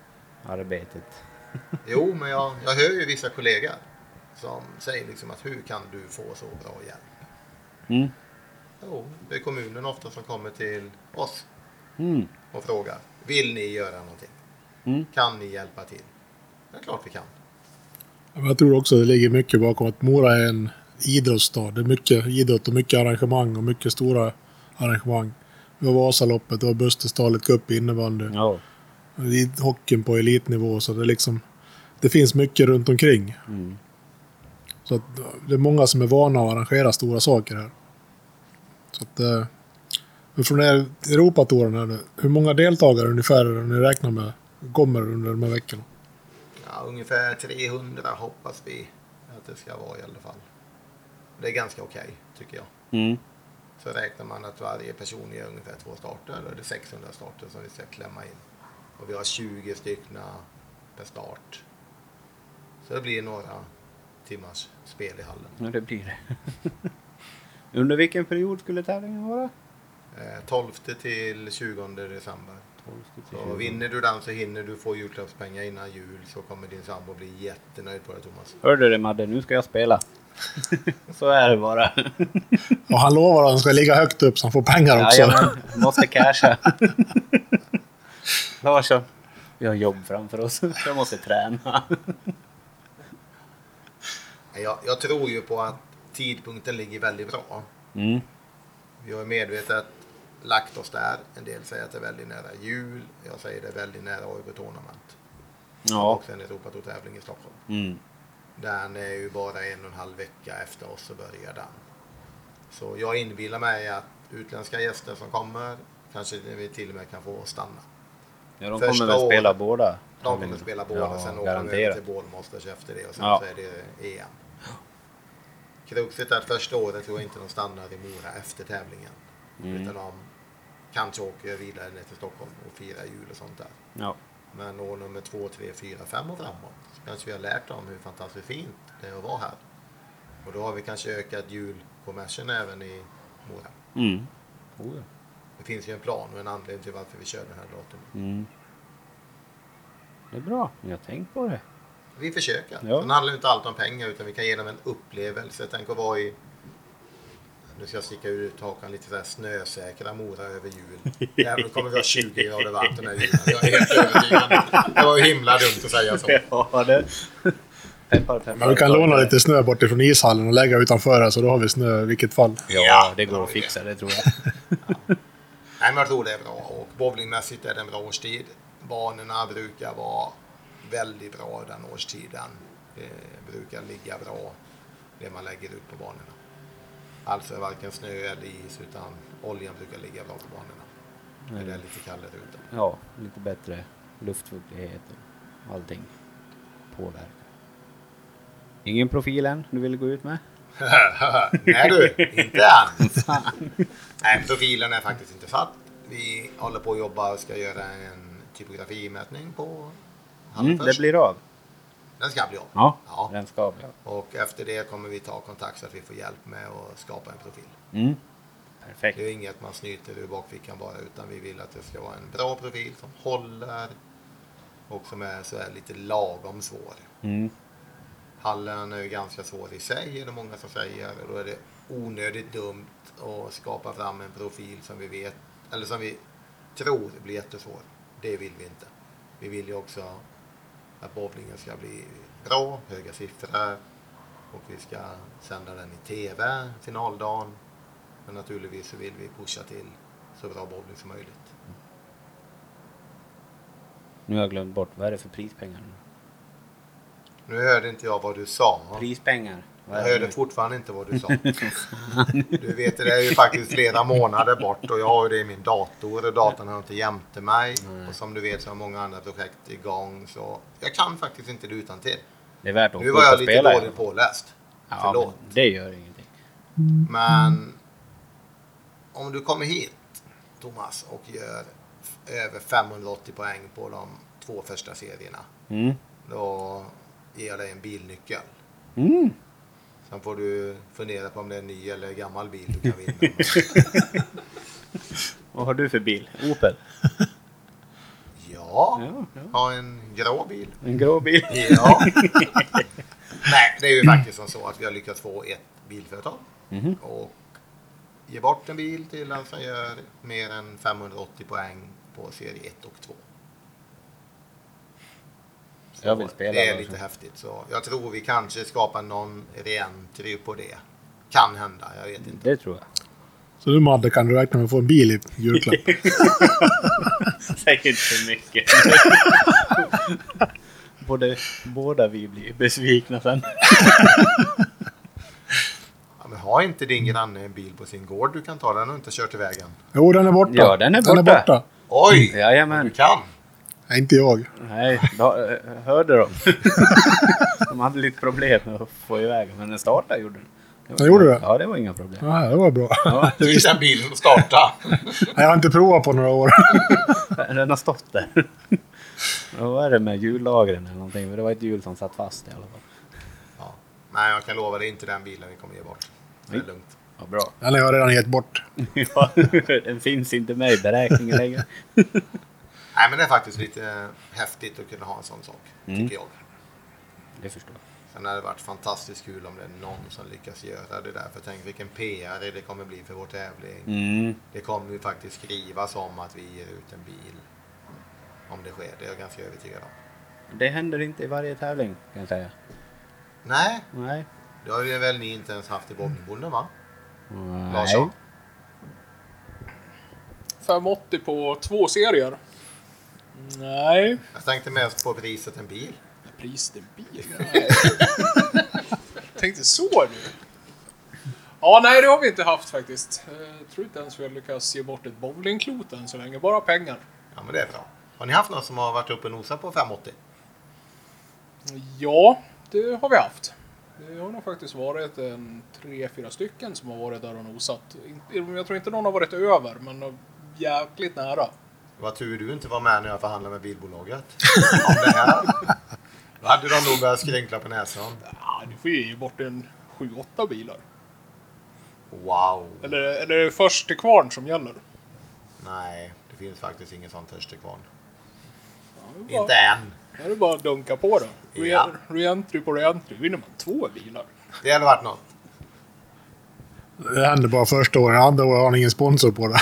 arbetet. Jo, men jag hör ju vissa kollegor som säger liksom att hur kan du få så bra hjälp? Mm. Jo, det är kommunen ofta som kommer till oss Mm. och frågar, vill ni göra någonting? Mm. Kan ni hjälpa till? Det är klart vi kan. Men jag tror också det ligger mycket bakom att Mora är en idrottsstad. Det är mycket idrott och mycket arrangemang och mycket stora arrangemang. Vi har Vasaloppet, vi har Böstestalet Cup i innebandy. Ja. Hockeyn på elitnivå, så det är liksom det finns mycket runt omkring. Mm. Så att det är många som är vana att arrangera stora saker här. Så att men från Europatouren här, hur många deltagare ungefär ni räknar med kommer under de här veckorna? Ja, ungefär 300 hoppas vi att det ska vara i alla fall. Det är ganska okej, tycker jag. Mm. Så räknar man att varje person gör ungefär 2 starter, då är det 600 starter som vi ska klämma in. Och vi har 20 stycken per start. Så det blir några timmars spel i hallen. Ja, det blir det. Under vilken period skulle tävlingen vara? 12 till 20 december. Så vinner du den så hinner du få julklappspengar innan jul, så kommer din sambo bli jättenöjd på det, Thomas. Hörde det, Madde, nu ska jag spela. Så är det bara. Och han lovar att han ska ligga högt upp så han får pengar också. Ja, måste casha. Larsson, vi har jobb framför oss. Jag måste träna. Jag tror ju på att tidpunkten ligger väldigt bra. Mm. Vi har medvetet lagt oss där. En del säger att det är väldigt nära jul. Jag säger det är väldigt nära Oigo Tournament. Ja. Och sen Europatour-tävling i Stockholm. Mm. Den är ju bara 1,5 vecka efter oss så börjar den. Så jag inbillar mig att utländska gäster som kommer kanske vi till och med kan få stanna. Ja, de Första kommer väl spela året. båda. De kommer spela båda, Ja, sen åker de över garanterat. till Bålmasters efter det och sen Ja. så är det EM. Kruxet är att första året tror jag inte de stannar i Mora efter tävlingen. Mm. Utan de kanske åker vidare ner till Stockholm och firar jul och sånt där. Ja. Men år nummer 2, 3, 4, 5 och framåt så kanske vi har lärt dem hur fantastiskt fint det är att vara här. Och då har vi kanske ökat julkommersen även i Mora. Mm. Oh, ja. Det finns ju en plan och en anledning till varför vi kör den här datumet. Mm. Det är bra, jag har tänkt på det. Vi försöker. Ja. Sen handlar det inte alltid om pengar utan vi kan ge dem en upplevelse. Tänk att vara i... Nu ska jag sticka ut hakan lite så här snösäkra Mora över jul. Även kommer vi ha 20 grader varmt den här julen. Jag är helt övertygad. Det var ju himla dumt att säga så. Ja, det... Men vi kan låna lite snö bort ifrån ishallen och lägga utanför så då har vi snö i vilket fall. Ja, det går att fixa det tror jag. Nej, men jag tror det är bra. Och bowlingmässigt är det en bra årstid. Banorna brukar vara väldigt bra den årstiden. Det brukar ligga bra det man lägger ut på banorna. Alltså varken snö eller is utan oljan brukar ligga bra på banorna. Det är lite kallare ute. Ja, lite bättre luftfuktighet och allting påverkar. Ingen profil än du vill gå ut med? Nej du, inte än. Nej, profilen är faktiskt inte satt. Vi håller på att jobba och ska göra en typografimätning på hallen först. Det blir av. Den ska bli av. Ja, den ska bli av. Och efter det kommer vi ta kontakt så att vi får hjälp med att skapa en profil. Mm. Perfekt. Det är inget man snyter ur bakfickan bara, utan vi vill att det ska vara en bra profil som håller och som är så här lite lagom svår. Mm. Hallen är ju ganska svår i sig, är det många som säger, och då är det onödigt dumt att skapa fram en profil som vi vet, eller som vi tror blir jättesvår. Det vill vi inte. Vi vill ju också att bowlingen ska bli bra, höga siffror, och vi ska sända den i tv finaldagen. Men naturligtvis så vill vi pusha till så bra bowling som möjligt. Nu har jag glömt bort, vad är det för prispengar nu? Nu hörde inte jag vad du sa. Prispengar? Jag hörde fortfarande inte vad du sa. Du vet, det är ju faktiskt flera månader bort och jag har ju det i min dator och datorn har inte jämte mig. Och som du vet så har många andra projekt igång, så jag kan faktiskt inte det utan till. Det är värt att Nu var jag lite spela, dåligt påläst. Ja, Förlåt. men det gör ingenting. Men om du kommer hit, Thomas, och gör över 580 poäng på de 2 första serierna, då ger jag dig en bilnyckel. Sen får du fundera på om det är en ny eller gammal bil du kan vinna. Vad har du för bil? Opel? Ja, ha en grå bil. En grå bil? Ja. Nej, det är ju faktiskt som så att vi har lyckats få ett bilföretag och ge bort en bil till den som gör mer än 580 poäng på serie 1 och 2. Så jag vill spela det är lite häftigt, så jag tror vi kanske skapar någon reentry på det. Kan hända, jag vet inte. Det tror jag. Så nu Madde, kan du räkna med att få en bil i julklapp? Säkert för mycket. Båda vi blir besvikna sen. Ja, men har inte din granne en bil på sin gård du kan ta den och inte kört till vägen? Jo, den är borta. Ja, den är borta. Oj! Jajamän. Du kan! Nej, inte jag. Nej, då, hörde de. De hade lite problem med att få iväg, men den startade gjorde den. Den gjorde det? Ja, det var inga problem. Ja, det var bra. Ja, Fick den bilen att starta. Jag har inte provat på några år. den har stått där. Vad var det med hjullagren eller någonting? För det var ett hjul som satt fast i alla fall. Ja. Nej, jag kan lova dig inte den bilen vi kommer ge bort. Det är lugnt. Ja, bra. Den har jag redan gett bort. Ja, den finns inte med i beräkningen längre. Nej, men det är faktiskt lite häftigt att kunna ha en sån sak, tycker jag. Det förstår jag. Sen har det varit fantastiskt kul om det är någon som lyckas göra det där. För tänk vilken PR det kommer bli för vår tävling. Det kommer ju faktiskt skrivas om att vi ger ut en bil. Om det sker, det är jag ganska övertygad om. Det händer inte i varje tävling, kan jag säga. Nej, Nej. det har ju väl ni inte ens haft i bowlingbonden, va? Nej. Larsson? 580 på 2 serier. Nej. Jag tänkte mest på priset en bil. Priset en bil? Nej. Jag tänkte så nu. Ja, nej, det har vi inte haft faktiskt. Jag tror inte ens vi har lyckats ge bort ett bowlingklot än så länge. Bara pengar. Ja, men det är bra. Har ni haft någon som har varit uppe och nosat på 580? Ja, det har vi haft. Det har nog faktiskt varit en 3-4 stycken som har varit där och nosat. Jag tror inte någon har varit över, men jäkligt nära. Vad tur du inte var med när jag förhandlade med bilbolaget. Om det här. Då hade de nog börjat skrynkla på näsan. Ja, du får ju ge bort en 7-8 bilar. Wow. Eller är det först till kvarn som gäller? Nej, det finns faktiskt ingen sån törstekvarn. Ja, Inte än. Det är det bara att dunka på då. Ja. Reentry på reentry. Vinner man 2 bilar. Det hade varit något. Det hände bara första året. Andra året har han ingen sponsor på det.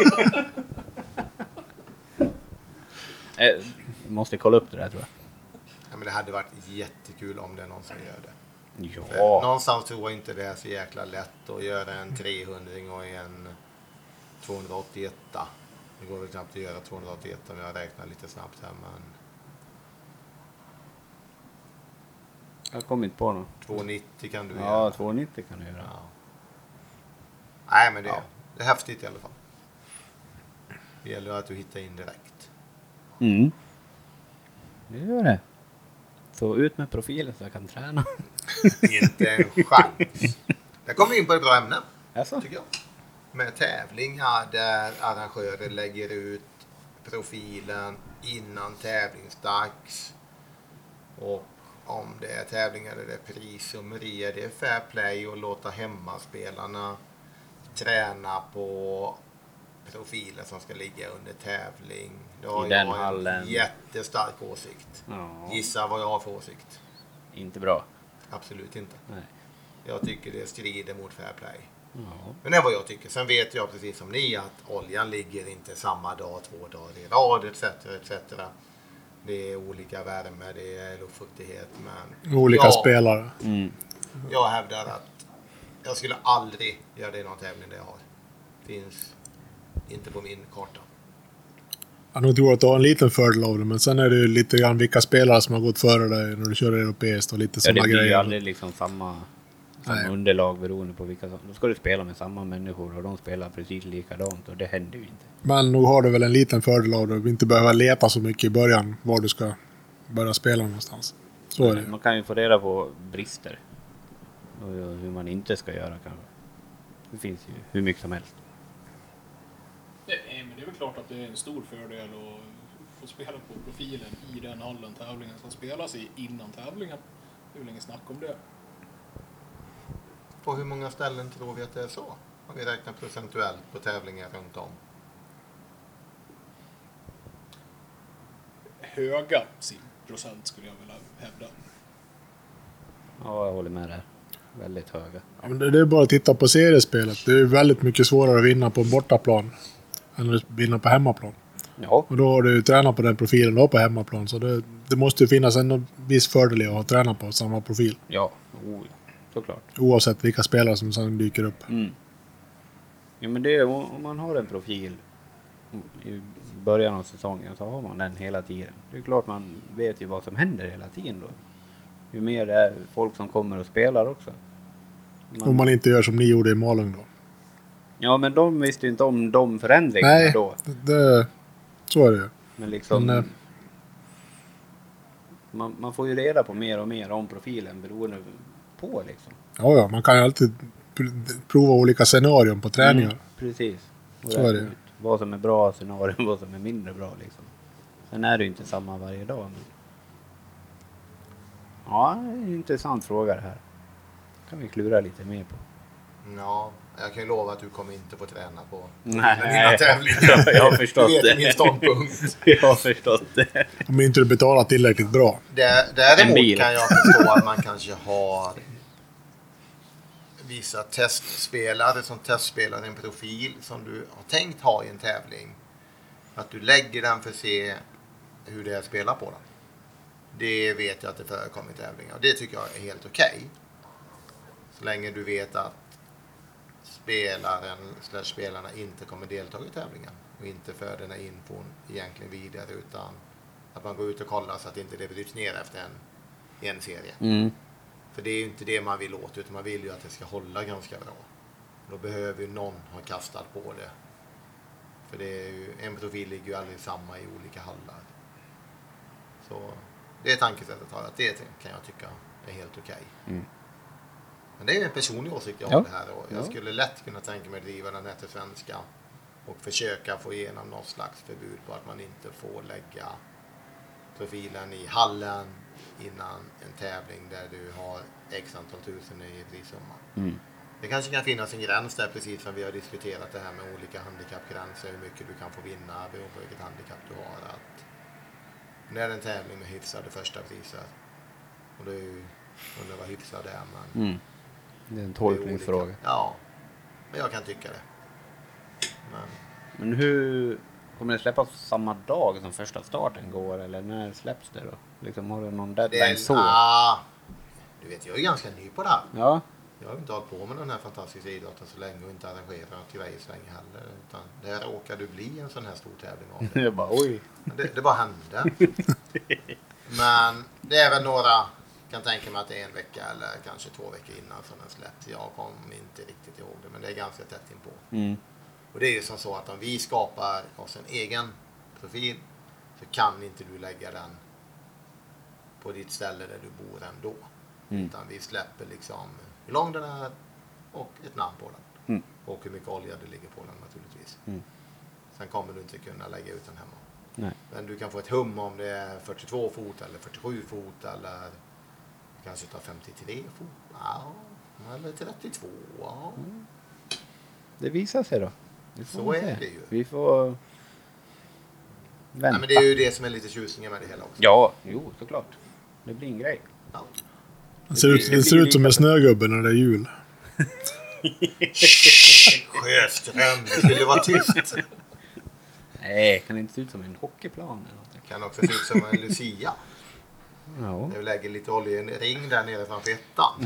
Måste kolla upp det där, tror jag. Ja, men det hade varit jättekul om det är någon som gör det. För Ja. någonstans tror jag inte det är så jäkla lätt att göra en 300 och en 281. Det går väl knappt att göra 281 om jag räknar lite snabbt här, men Jag kommer inte på något. 290 kan du Ja, göra. 290 kan du göra. Ja. Nej, men det Ja. är häftigt i alla fall. Det gäller att du hittar in direkt. Mm. Det gör det. Så ut med profilen så jag kan träna. Inte en chans. Där kommer vi in på ett bra ämne, Alltså? tycker jag. Med tävlingar där arrangörer lägger ut profilen innan tävlingsdags. Och om det är tävlingar där det är prissummor i, är det fair play att låta hemmaspelarna träna på profiler som ska ligga under tävling. Det har I den jag hallen. en jättestark åsikt. Ja. Gissa vad jag har för åsikt. Inte bra. Absolut inte. Nej. Jag tycker det strider mot fair play. Ja. Men det är vad jag tycker. Sen vet jag precis som ni att oljan ligger inte samma dag, 2 dagar i rad etc. etc. Det är olika värme, det är luftfuktighet. Men Olika spelare. Mm. jag hävdar att jag skulle aldrig göra det i någon tävling där jag har. Finns inte på min karta. Jag nog tror att du har en liten fördel av det, men sen är det ju lite grann vilka spelare som har gått före dig när du kör europeiskt och lite Ja, sådana det blir ju grejer. aldrig liksom samma Nej. underlag beroende på vilka som... Då ska du spela med samma människor och de spelar precis likadant och det händer ju inte. Men nog har du väl en liten fördel av det. Du inte behöver leta så mycket i början var du ska börja spela någonstans. Så är det ju. Man kan ju få reda på brister. Och hur man inte ska göra kanske. Det finns ju hur mycket som helst. Nej, men det är väl klart att det är en stor fördel att få spela på profilen i den hallen tävlingen som spelas i innan tävlingen. Det är väl inget snack om det. På hur många ställen tror vi att det är så? Om vi räknar procentuellt på tävlingar runt om. Höga procent skulle jag vilja hävda. Ja, jag håller med där. Väldigt höga. Ja, men det är bara att titta på seriespelet. Det är väldigt mycket svårare att vinna på en bortaplan än att vinna på hemmaplan. Ja, Och då har du tränat på den profilen då på hemmaplan. Så det måste ju finnas en viss fördel i att ha tränat på samma profil. ja. Såklart. Oavsett vilka spelare som sen dyker upp. Mm. Ja, men det är om man har en profil i början av säsongen så har man den hela tiden. Det är klart man vet ju vad som händer hela tiden då. Ju mer det är folk som kommer och spelar också. Om man inte gör som ni gjorde i Malung då. Ja, men de visste ju inte om de förändringarna Nej, då. så är det ju. Men liksom... Men, man får ju reda på mer och mer om profilen beroende på liksom. Ja, man kan ju alltid prova olika scenarion på träningar. Precis. Och Så är räkna det. ut vad som är bra scenarion, vad som är mindre bra liksom. Sen är det ju inte samma varje dag. Men... Ja, det är en intressant fråga det här. Kan vi klura lite mer på. Ja, jag kan ju lova att du kommer inte få träna på Nej, dina tävlingar. jag har förstått Du vet det. min ståndpunkt. Jag har förstått det. Om inte du betalar tillräckligt bra. En Däremot bil. kan jag förstå att man kanske har vissa testspelare som testspelar en profil som du har tänkt ha i en tävling. Att du lägger den för att se hur det är att spela på den. Det vet jag att det förekommer i tävlingar och det tycker jag är helt okej. Så länge du vet att spelarna inte kommer delta i tävlingen och inte för den här infon egentligen vidare utan att man går ut och kollar så att inte det bryts ner efter en serie. Mm. För det är ju inte det man vill åt utan man vill ju att det ska hålla ganska bra. Då behöver ju någon ha kastat på det. För det är ju, en profil ligger ju aldrig samma i olika hallar. Så det är tankesättet här att det kan jag tycka är helt okej. Mm. Men det är en personlig åsikt jag Ja. har det här och jag Ja. skulle lätt kunna tänka mig att driva den här till svenska och försöka få igenom något slags förbud på att man inte får lägga profilen i hallen innan en tävling där du har x antal tusen i prissumma. Mm. Det kanske kan finnas en gräns där precis som vi har diskuterat det här med olika handikappgränser, hur mycket du kan få vinna beroende på vilket handikapp du har. Att när det är en tävling med hyfsade första priser och det är ju undrar vad hyfsad är men Mm. Det är en det är tolkningsfråga. olika. Ja. Men jag kan tycka det. Men hur kommer det släppas samma dag som första starten går, eller när släpps det då? Liksom, har du någon deadline så? Du vet, jag är ganska ny på det här. Ja. Jag har inte hållit på med den här fantastiska idrotten så länge och inte arrangerat grejer så länge heller. Utan det råkade bli en sån här stor tävling av det. Jag bara, oj. Det bara hände. Men det är väl några, kan tänka mig att det är en vecka eller kanske 2 veckor innan som den släpps. Jag kommer inte riktigt ihåg det, men det är ganska tätt inpå. Mm. Och det är ju som så att om vi skapar oss en egen profil så kan inte du lägga den på ditt ställe där du bor ändå. Utan vi släpper liksom hur lång den är och ett namn på den. Och hur mycket olja det ligger på den naturligtvis. Sen kommer du inte kunna lägga ut den hemma. Nej. Men du kan få ett hum om det är 42 fot eller 47 fot eller kanske ta 53 fot. Ja, eller 32. Ja. Det visar sig då. Så är det ju. Vi får vänta. Nej, men det är ju det som är lite tjusningen med det hela också. Ja, jo, såklart. Det blir en grej. Ja. Det ser ut som en snögubbe när det är jul. Sjöström, det skulle vara tyst. Nej, kan det inte se ut som en hockeyplan eller något? Det kan också se ut som en Lucia. Ja, Jag lägger lite olja i en ring där nere framför ettan.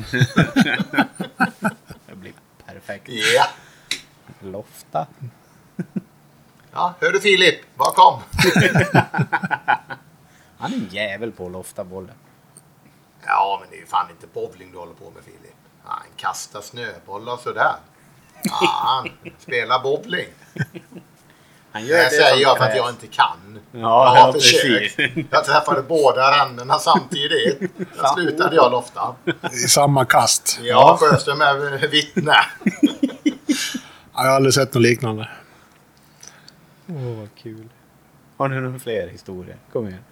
det blir perfekt. Ja. Lofta. Ja, hör du Filip? Bakom. Han är en jävel på att lofta bollen. Ja, men det är ju fan inte bowling du håller på med Filip. Han kastar snöbollar sådär. Ja, han spelar bowling. Han Det gör det säger som jag för att krävs. jag inte kan. Ja, jag har ja, försökt. precis. Jag träffade båda ränderna samtidigt. Jag slutade jag lofta. I samma kast. Ja, Sjöström är vittne. Jag har aldrig sett något liknande. Åh, vad kul. Har ni några fler historier? Kom igen.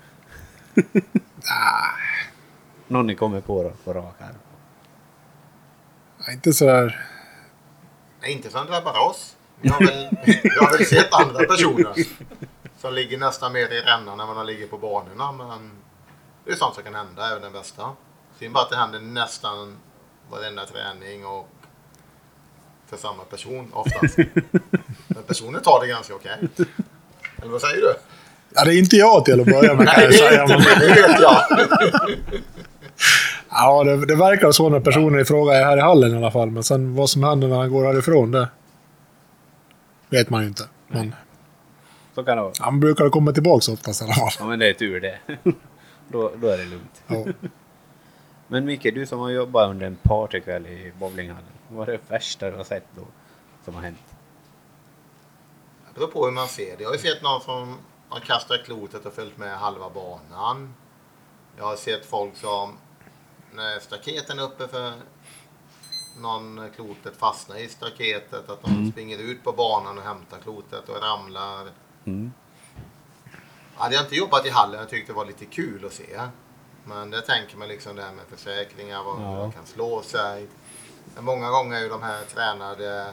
Någon ni kommer på då, på rak arm. Inte sådär... Nej, inte som drabbar oss. Jag har väl sett andra personer som ligger nästan mer i rännan när man ligger på banorna. Men det är sånt som kan hända, även den bästa. Synd bara att det händer nästan varenda träning och för samma person oftast. Men personen tar det ganska okej. Eller vad säger du? Ja, det är inte jag till att börja med, kan jag säga. Men... Det vet jag. Ja, det verkar så när personen i fråga är här i hallen i alla fall. Men sen vad som händer när han går härifrån, det vet man ju inte. Men Så kan det vara. han brukar komma tillbaka oftast i alla fall. Ja, men det är tur det. då är det lugnt. Ja. Men Micke, du som har jobbat under en partykväll i bowlinghallen. Vad är det värsta du har sett då som har hänt? Det beror på hur man ser det. Jag har ju sett någon som har kastat klotet och följt med halva banan. Jag har sett folk som när staketen är uppe för någon klotet fastnar i staketet, att de springer ut på banan och hämtar klotet och ramlar. Hade jag inte jobbat i hallen, jag tyckte det var lite kul att se. Men det tänker man liksom det här med försäkringar, vad man kan slå sig. Men många gånger är ju de här tränade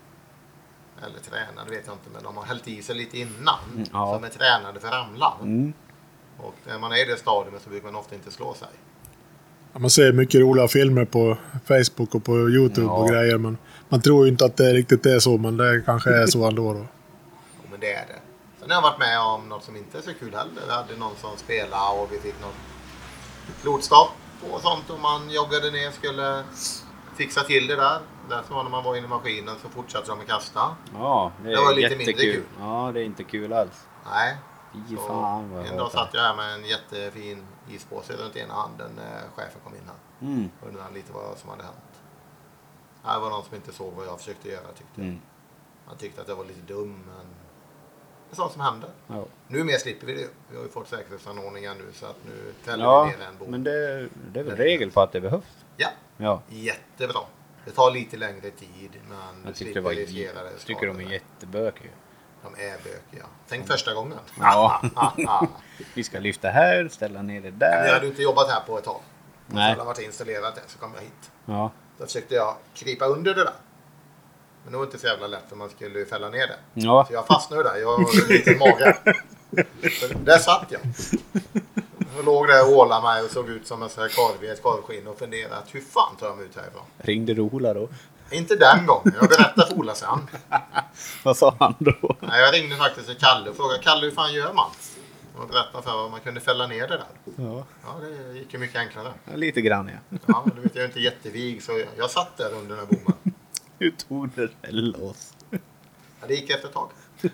vet jag inte, men de har hällt i sig lite innan. Som är tränade för ramlar. Och när man är i det stadiet så brukar man ofta inte slå sig. Ja, man ser mycket roliga filmer på Facebook och på YouTube och grejer. Men man tror ju inte att det riktigt är så, men det kanske är så ändå då. Jo, men det är det. Sen har jag varit med om något som inte är så kul heller. Vi hade någon som spelade och vi fick något klotstopp och sånt. Och man joggade ner och skulle fixa till det där. Därför var när man var inne i maskinen så fortsatte de att kasta. Ja, det var lite mindre kul. Ja, det är inte kul alls. Nej. Fy fan vad En dag satt jag här med en jättefin ispåse runt ena handen när chefen kom in här. Och undrade lite vad som hade hänt. Det var någon som inte såg vad jag försökte göra, tyckte jag. Han tyckte att jag var lite dum, men det är sånt som händer. Ja. Nu mer slipper vi det. Vi har ju fått säkerhetsanordningar nu så att nu täller vi ner en bok. Men det är väl regel på att det behövs. Ja, jättebra. Det tar lite längre tid, men Jag slipper tycker riskera det. tycker de är jättebökiga. De är bökiga. Tänk första gången. Ja. Vi ska lyfta här, ställa ner det där. Men jag hade inte jobbat här på ett tag. Nej. Så hade varit installerat det, så kom jag hit. Ja. Då försökte jag krypa under det där. Men det var inte så jävla lätt för man skulle ju fälla ner det. Ja. Så jag fastnade där. Jag har en liten mage. Så där satt jag. Jag låg där och ålade mig och såg ut som en sån här korv i ett korvskinn och funderade att hur fan tar jag mig ut härifrån? Ringde du Ola då? Inte den gången. Jag berättar för Ola sen. Vad sa han då? Nej, jag ringde faktiskt till Kalle och frågade Kalle hur fan gör man? Och berättade för vad man kunde fälla ner det där. Ja, Ja, det gick ju mycket enklare. lite grann ja. Ja, men du vet, jag är inte jättevig så jag satt där under den här bommen. Hur tog det loss? Ja, det gick efter ett tag.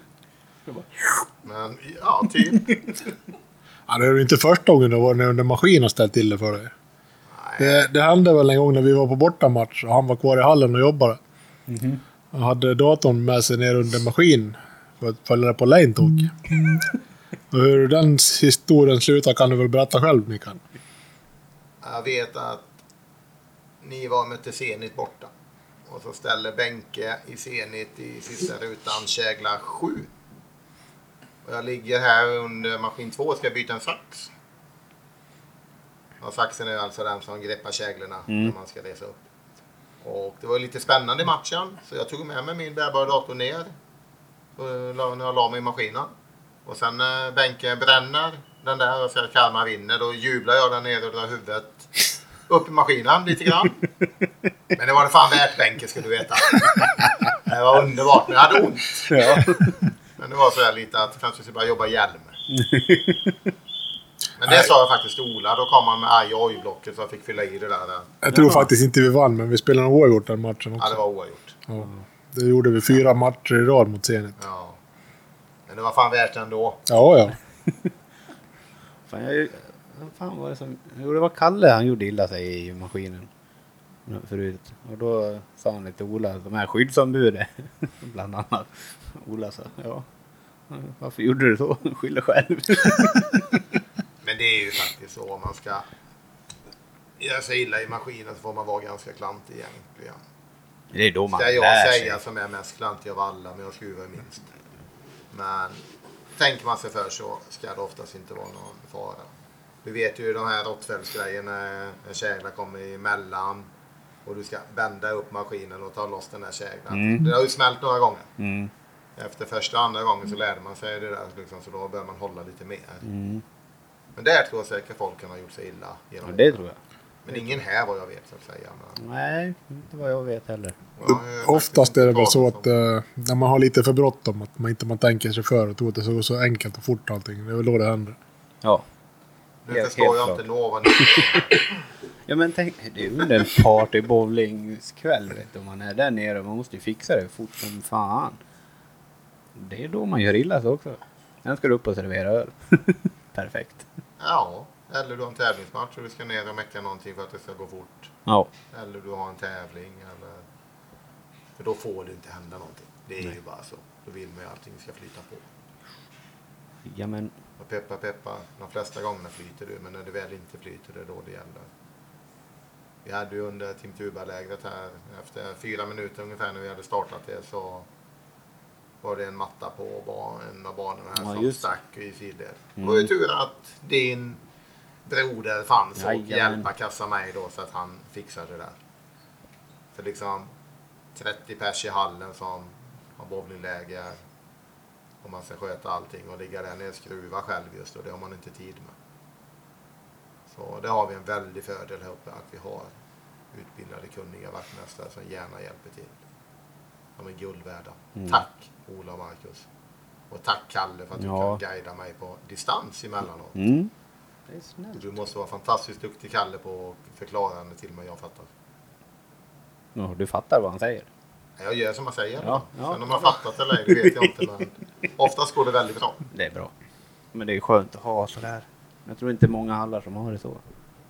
Men ja, typ. Ja, det är ju inte första gången det var när maskin har ställt till det för dig. Nej. Det hände väl en gång när vi var på bortamatch och han var kvar i hallen och jobbade. Han hade datorn med sig ner under maskin för att följa på lane talk. Och hur den historien slutar kan du väl berätta själv, Mikael? Jag vet att ni var med till Zenit borta. Och så ställer Benke i Zenit i sista rutan kägla 7. Och jag ligger här under maskin 2 och ska byta en sax. Och saxen är alltså den som greppar käglorna när man ska resa upp. Och det var lite spännande i matchen. Så jag tog med mig min bärbara dator ner. När jag la mig i maskinen. Och sen när Benke bränner den där och ser att Kalmar vinner. Då jublar jag där nere och drar huvudet upp i maskinen lite grann. Men det var det fan värt, Benke, skulle du veta. Det var underbart, men jag hade ont. Ja. Men det var så här lite att kanske skulle bara jobba hjälm. Men det sa jag faktiskt till Ola. Då kom han med aj och oj-blocket så jag fick fylla i det där. Jag tror faktiskt inte vi vann, men vi spelade en oavgjort den matchen också. Ja, det var oavgjort. Ja. Det gjorde vi 4 matcher i rad mot Zenit. Ja. Men det var fan värt ändå. Ja. Fan var det som... Jo, det var Kalle, han gjorde illa sig i maskinen förut. Och då sa han till Ola, de här skyddsombuden bland annat. Ola sa, ja, varför gjorde du så? Skylla själv. Men det är ju faktiskt så, om man ska göra sig illa i maskinen så får man vara ganska klantig egentligen. Det är då man Ska jag lär säga sig. som är mest klantig av alla, men jag skruvar minst. Men tänker man sig för så ska det oftast inte vara någon fara. Du vet ju de här råttfällsgrejerna när käglar kommer emellan och du ska bända upp maskinen och ta loss den här käglan. Det har ju smält några gånger. Efter första och andra gången så lärde man sig det där liksom, så då bör man hålla lite mer. Men där tror jag säkert folk kan ha gjort sig illa. Ja, det tror jag. Men ingen här vad jag vet så att säga. Men, Nej, inte vad jag vet heller. Oftast är det väl så att när man har lite för bråttom, att man tänker sig för och tror att det går så enkelt och fort allting. Det är väl då det händer. Ja. nu helt förstår jag klart. inte vad ni... Ja men tänk, det är ju en partybowlingskväll vet du, om man är där nere. Man måste ju fixa det fort som fan. Det är då man gör illa så också. Sen ska du upp och servera öl. Perfekt. Ja, eller du har en tävlingsmatch och du ska ner och mecka någonting för att det ska gå fort. Ja. Eller du har en tävling. Eller... För då får det inte hända någonting. Det är ju bara så. Då vill man ju allting ska flyta på. Ja men. Och peppa, de flesta gångerna flyter du. Men när det väl inte flyter det är då det gäller. Vi hade ju under Team Tuba-lägret här. Efter 4 minuter ungefär när vi hade startat det så var det en matta på en av banorna här som stack i sidled. Det var ju tur att din broder fanns och hjälpa kassa mig då så att han fixade det där. För liksom 30 pers i hallen som har bowlingläger och man ska sköta allting och ligga där ner och skruva själv just och det har man inte tid med. Så det har vi en väldig fördel här uppe att vi har utbildade kunniga vaktmästare som gärna hjälper till. De är guld värda. Tack Ola och Marcus. Och tack Kalle för att du kan guida mig på distans emellanåt. Det är snällt. Du måste vara fantastiskt duktig Kalle på att förklara det till mig jag fattar. Ja, du fattar vad han säger. Jag gör som jag säger. Ja. Sen om jag fattat eller ej, det vet jag inte. Men oftast går det väldigt bra. Det är bra. Men det är skönt att ha sådär. Jag tror inte många hallar som har det så.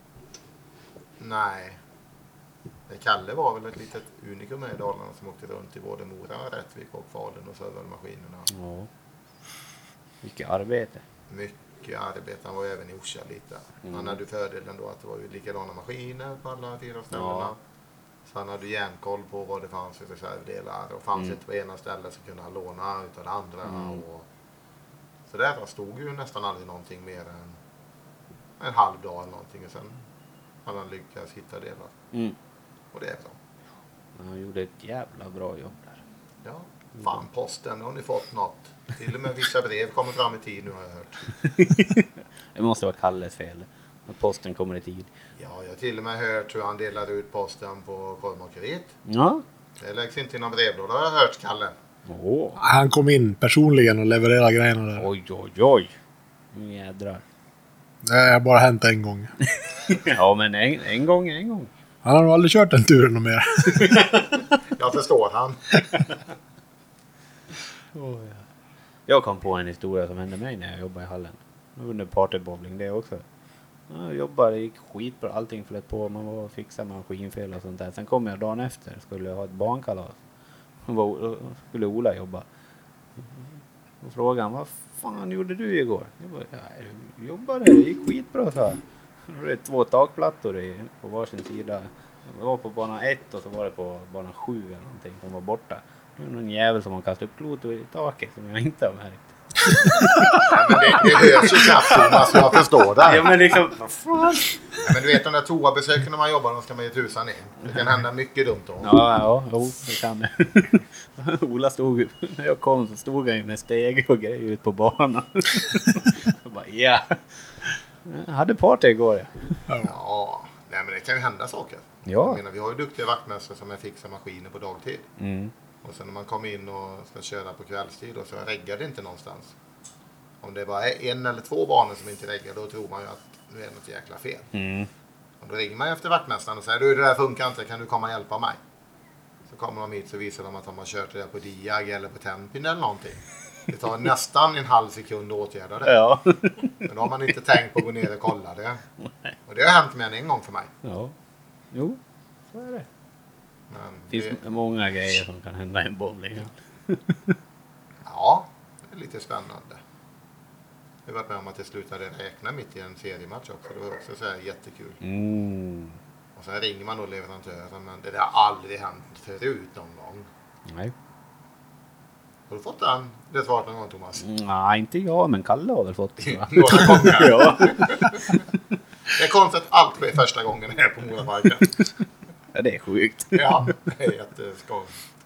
Nej. Kalle var väl ett litet unikum i Dalarna som åkte runt i både Mora, Rättvik och Falun och servade maskinerna. Ja. Mycket arbete. Mycket arbete. Han var även i Orsa lite. Han hade fördelen då att det var ju likadana maskiner på alla 4 ställena. Ja. Så han hade järnkoll på vad det fanns för reservdelar. Och fanns inte på ena stället så kunde han låna utav det andra. Och så där stod ju nästan aldrig någonting mer än en halv dag eller någonting. Och sen hade han lyckats hitta delar. Och det är bra. Han gjorde ett jävla bra jobb där. Ja, fan posten, har ni fått något? Till och med vissa brev kommer fram i tid nu har jag hört. Det måste vara Kalles fel. Att posten kommer i tid. Ja, jag har till och med hört hur han delar ut posten på korvmakeriet. Ja. Det läggs inte i någon brevlåda har jag hört, Kalle. Han kom in personligen och levererade grejerna där. Oj. Nu jädrar. Det har bara hänt en gång. Ja, men en gång. Han har nog aldrig kört den turen någon mer. Jag förstår han. Jag kom på en historia som hände mig när jag jobbade i hallen. Under partybowling det också. Jag jobbade, det gick skitbra, allting flöt på, man var fixa maskinfel och sånt där. Sen kom jag dagen efter, skulle ha ett barnkalas. Skulle Ola jobba. Och frågade han, vad fan gjorde du igår? Jag bara, jag jobbade, det gick skitbra, så här. Det är 2 takplattor på varsin sida. Jag var på bana 1 och så var det på bana 7 eller någonting som var borta. Det var någon jävel som har kastat upp klotor i taket som jag inte har märkt. Men det hörs ju knappt, Thomas, jag förstår det. Ja, men liksom, vad fan? Ja, men du vet, de där toabesöken när man jobbar, de ska man ju tusan in. Det kan hända mycket dumt då. Ja, det kan det. Ola stod, när jag kom så stod han med steg och grejer ut på banan. Jag bara, ja. Jag hade party igår. Ja, nej, men det kan ju hända saker. Ja. Jag menar, vi har ju duktiga vaktmästare som fixar maskiner på dagtid. Mm. Och sen när man kommer in och ska köra på kvällstid och så reggar det inte någonstans. Om det bara är 1 eller 2 banor som inte reggar, då tror man ju att nu är det något jäkla fel. Mm. Och då ringer man efter vaktmästaren och säger, du, det där funkar inte, kan du komma och hjälpa mig? Så kommer de hit så visar de att de har kört det där på Diag eller på Tempin eller någonting. Det tar nästan en halv sekund att åtgärda det. Ja. Men då har man inte tänkt på att gå ner och kolla det. Och det har hänt med en gång för mig. Ja. Jo, så är det. Men Det finns många grejer som kan hända i en bowling. ja, det är lite spännande. Jag har varit med om att det slutade räkna mitt i en seriematch också. Det var också så här jättekul. Mm. Och sen ringer man då leverantören, men det har aldrig hänt förut någon gång. Nej. Har du fått det svaret någon gång, Thomas? Nej, inte jag, men Kalle har väl fått det. Va? Några gånger. Ja. Det är konstigt att allt sker första gången här på Moraparken. Ja, det är sjukt. Ja, det är jätteskoj.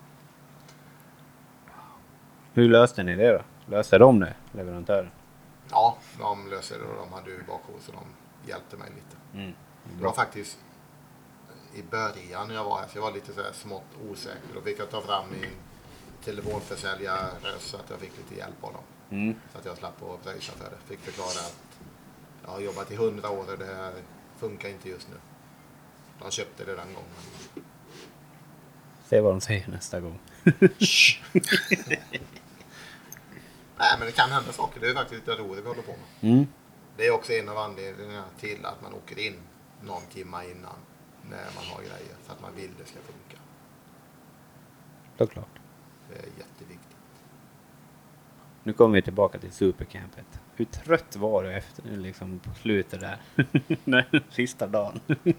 Hur löste ni det då? Löste de det, leverantören? Ja, de löser det och de hade ju bakhåll så de hjälpte mig lite. Mm. Det var faktiskt i början när jag var här, så jag var lite så här smått osäker. Då fick jag ta fram min telefonförsäljare så att jag fick lite hjälp av dem. Mm. Så att jag slapp att pröjsa för det. Fick förklara att jag har jobbat i 100 år och det här funkar inte just nu. De köpte det den gången. Se vad de säger nästa gång. Nej, men det kan hända saker. Det är faktiskt lite roligt vi håller på med. Mm. Det är också en av anledningarna till att man åker in någon timme innan när man har grejer. För att man vill det ska funka. Såklart. Det är jätteviktigt. Nu kommer vi tillbaka till supercampet. Hur trött var du efter liksom på slutet där? Nej, sista dagen.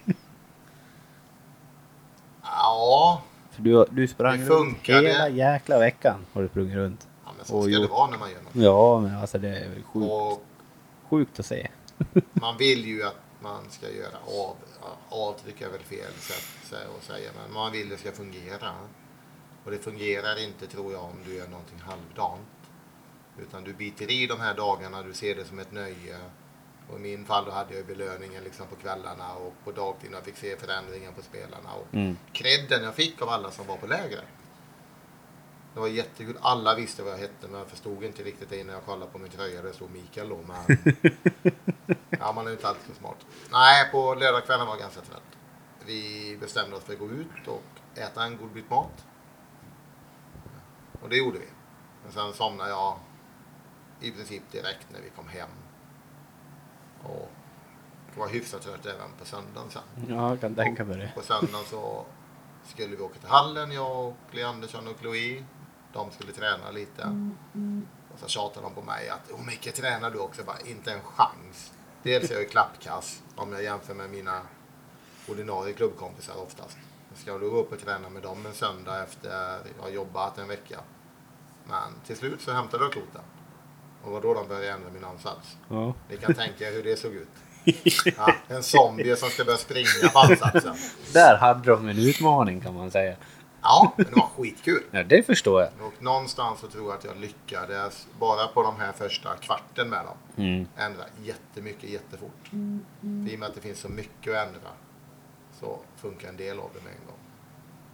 Ja, För du sprang Det runt funkade. hela jäkla veckan. Har du sprungit runt. ja men så Och ska jo. det vara när man gör något. Ja, men alltså det är väl Och sjukt att se. man vill ju att man ska göra avtryck är väl fel sätt att säga, men man vill det ska fungera. Och det fungerar inte, tror jag, om du gör någonting halvdant. Utan du biter i de här dagarna, du ser det som ett nöje. Och i min fall då hade jag belöningen liksom på kvällarna och på dagtid när jag fick se förändringen på spelarna. Och credden jag fick av alla som var på lägre. Det var jättekul. Alla visste vad jag hette, men jag förstod inte riktigt det när jag kollade på min tröja. Det stod Mikael då. Men ja, man är inte alltid så smart. Nej, på lördagskvällen var jag ganska trött. Vi bestämde oss för att gå ut och äta en god bit mat. Och det gjorde vi. Men sen somnade jag i princip direkt när vi kom hem. Och det var hyfsat trött även på söndagen sen. Ja, jag kan tänka mig det. På söndagen så skulle vi åka till hallen, jag och Lee Andersson och Chloe. De skulle träna lite. Och så tjatade de på mig att Micke, tränar du också? Bara, inte en chans. Dels är jag klappkass om jag jämför med mina ordinarie klubbkompisar oftast. Ska du gå upp och träna med dem en söndag efter jag har jobbat en vecka. Men till slut så hämtade jag kloten. Och var då de började ändra min ansats. Ja. Ni kan tänka er hur det såg ut. Ja, en zombie som ska börja springa på ansatsen. Där hade de en utmaning, kan man säga. Ja, men det var skitkul. Ja, det förstår jag. Och någonstans så tror jag att jag lyckades bara på de här första kvarten med dem. Ändra jättemycket, jättefort. I och med att det finns så mycket att ändra så funkar en del av det med en gång.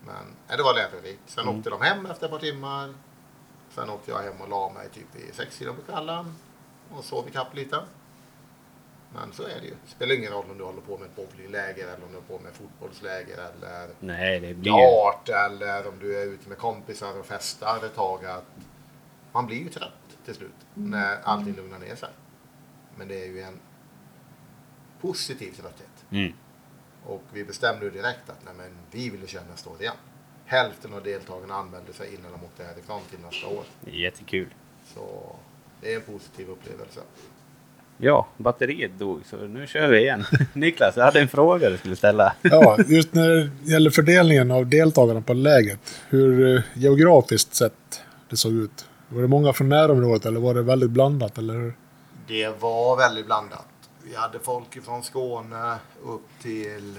Men det var lärorikt. Sen åkte de hem efter ett par timmar. Sen åkte jag hem och la mig typ i 6-tiden på kvällen. Och sov i kapp lite. Men så är det ju. Det spelar ingen roll om du håller på med ett bowlingläger eller om du håller på med fotbollsläger eller Nej, det blir dart eller om du är ute med kompisar och festar ett tag. Att man blir ju trött till slut när allting lugnar ner sig. Men det är ju en positiv trötthet. Mm. Och vi bestämde ju direkt att nej, men vi ville köra nästa år igen. Hälften av deltagarna anmälde sig innan de åkte härifrån till nästa år. Det är jättekul. Så det är en positiv upplevelse. Ja, batteriet dog så nu kör vi igen. Niklas, jag hade en fråga du skulle ställa. Ja, just när det gäller fördelningen av deltagarna på läget. Hur geografiskt sett det såg ut. Var det många från närområdet eller var det väldigt blandat? Eller hur? Det var väldigt blandat. Vi hade folk från Skåne upp till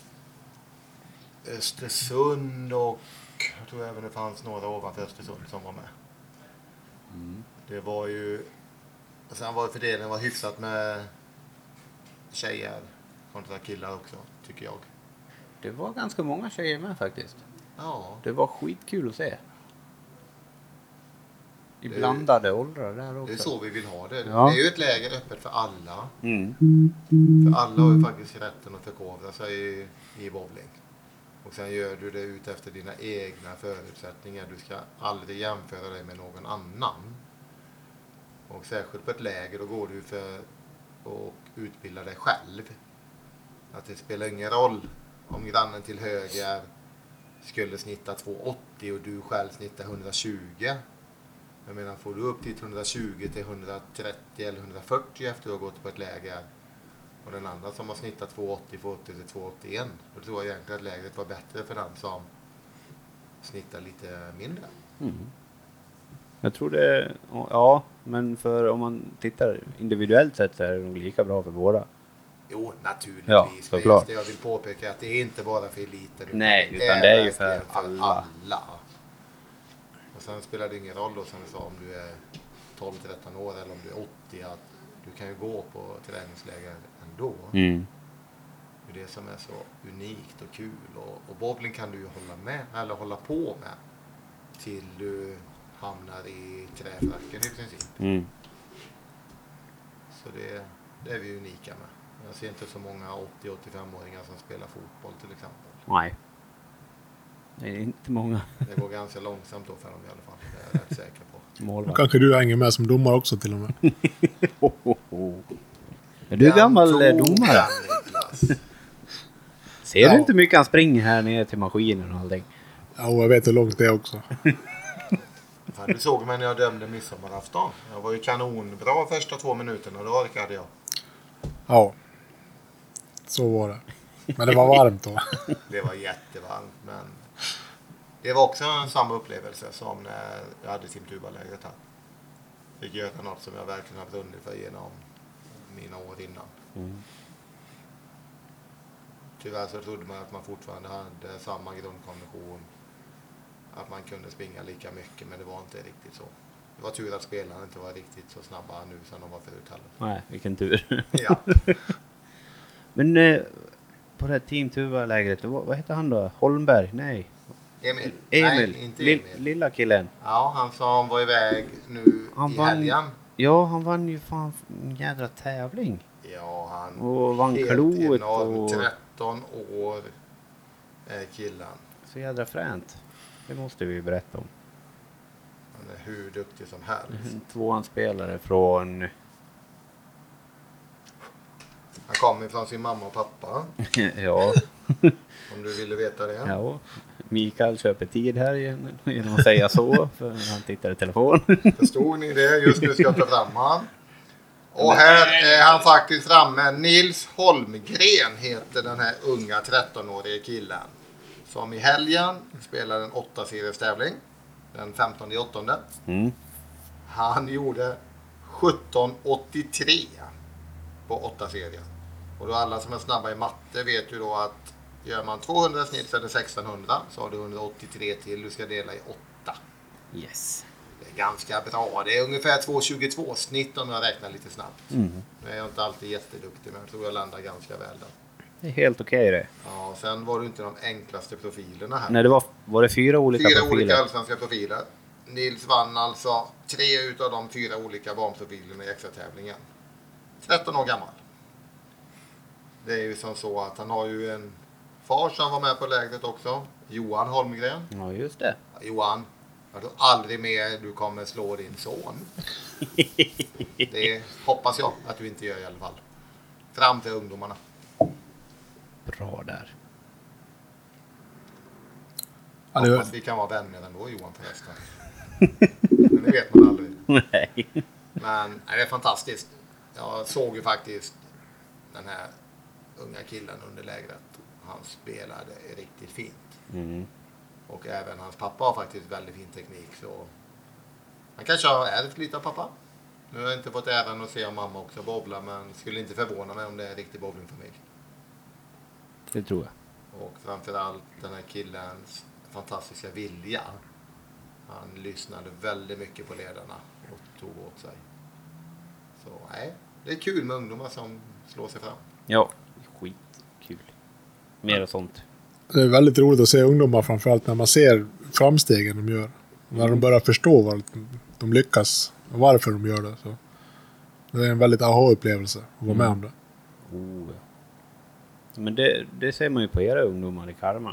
Östersund och jag tror även det fanns några ovanför Östersund som var med. Det var ju... Och sen var fördelningen hyfsat med tjejer kontra killar också, tycker jag. Det var ganska många tjejer med faktiskt. Ja, Det var skitkul att se. I blandade åldrar där också. det är så vi vill ha det. Ja. Det är ju ett läger öppet för alla. Mm. För alla har ju faktiskt rätten att förkovra sig i bowling. Och sen gör du det ut efter dina egna förutsättningar. Du ska aldrig jämföra dig med någon annan. Och särskilt på ett läger då går du för att utbilda dig själv. Att det spelar ingen roll om grannen till höger skulle snitta 280 och du själv snittar 120. Jag menar, får du upp till 120 till 130 eller 140 efter att ha gått på ett läger och den andra som har snittat 280 får upp till 281, då tror jag egentligen att lägret var bättre för den som snittar lite mindre. Jag tror det, ja, men för om man tittar individuellt sett så är det nog lika bra för båda. Jo, naturligtvis. Ja, såklart. Det jag vill påpeka att det är inte bara för eliten. Nej, utan det är ju för verkligen alla. Och sen spelar det ingen roll då, som vi sa, om du är 12-13 år eller om du är 80, att du kan ju gå på träningsläger ändå. Mm. Det är det som är så unikt och kul. Och bowling kan du ju hålla på med till du hamnar i träfracken i princip. Mm. Så det är vi unika med. Jag ser inte så många 80-85-åringar som spelar fotboll till exempel. Nej. Det är inte många Det går ganska långsamt då för dem i alla fall. Det är jag rätt säker på. Då målvakter. kanske du hänger med som domare också till och med. Är du gammal Den tog domare? han, Niklas. Ser Ja. du inte mycket han springer här ner till maskinen och allting? Ja, jag vet hur långt det är också. Fan, du såg mig när jag dömde midsommarafton. Jag var ju kanonbra första 2 minuterna, då orkade jag. Ja, så var det. Men det var varmt då. Det var jättevarmt, men det var också samma upplevelse som när jag hade simtubalägret här. Fick göra något som jag verkligen har brunnit för genom mina år innan. Tyvärr så trodde man att man fortfarande hade samma grundkondition. Att man kunde springa lika mycket, men det var inte riktigt så. Det var tur att spelarna inte var riktigt så snabba nu som de var förut heller. Nej, vilken tur. Ja, Men på det här Team Tuva-lägret, vad heter han då? Holmberg? Nej. Emil. Emil. Nej, inte Emil. Lilla killen. Ja, han som var iväg nu Han i vann- helgen. Ja, han vann ju fan en jädra tävling. Ja, han Och vann helt kloet enorm. och 13 år är killen. så jädra fränt. Det måste vi berätta om. Han är hur duktig som helst. En tvåhandsspelare från... Han kommer från sin mamma och pappa, ja, om du ville veta det. ja. Mikael köper tid här genom att säga så. För han tittar i telefon. Förstod ni det? Just nu ska jag ta fram han. Och här är han faktiskt framme. Nils Holmgren heter den här unga 13-årige killen. Som i helgen spelar en 8-series tävling. Den 15/8. Mm. Han gjorde 17,83 på 8-serien. Och då alla som är snabba i matte vet ju då att gör man 200 snitt så är det 1600. Så har du 183 till. Du ska dela i 8. Yes. Det är ganska bra. Det är ungefär 2,22 snitt om jag räknar lite snabbt. Mm. Men jag är inte alltid jätteduktig, men jag tror jag landar ganska väl där. Det är helt okej det. Ja, sen var det inte de enklaste profilerna här. Nej, var det 4 olika Fyra profiler? olika allsvenska profiler. Nils vann alltså 3 utav de 4 olika banprofilerna i extra-tävlingen. 13 år gammal. Det är ju som så att han har ju en far som var med på lägret också. Johan Holmgren. Ja, just det. Ja, Johan, jag tror aldrig mer du kommer slå din son. Det hoppas jag att du inte gör i alla fall. Fram till ungdomarna. Bra där. Ja, det, Hoppas vi kan vara vänner ändå, Johan, förresten. Men det vet man aldrig. Nej. Men det är fantastiskt. Jag såg ju faktiskt den här unga killen under lägret. Han spelade riktigt fint. Mm. Och även hans pappa har faktiskt väldigt fin teknik. Så han kanske har ärvt lite av pappa. Nu har jag inte fått äran att se om mamma också bowlar. Men skulle inte förvåna mig om det är en riktig bowlingfamilj. Det tror jag. Och framförallt den här killens fantastiska vilja. Han lyssnade väldigt mycket på ledarna och tog åt sig. Så nej, det är kul med ungdomar som slår sig fram. Ja, skitkul. Mer sånt. det är väldigt roligt att se ungdomar, framförallt när man ser framstegen de gör. När de börjar förstå vad de lyckas och varför de gör det. Så det är en väldigt aha-upplevelse att vara med om det. Oh, ja. Men det ser man ju på era ungdomar i Kalmar.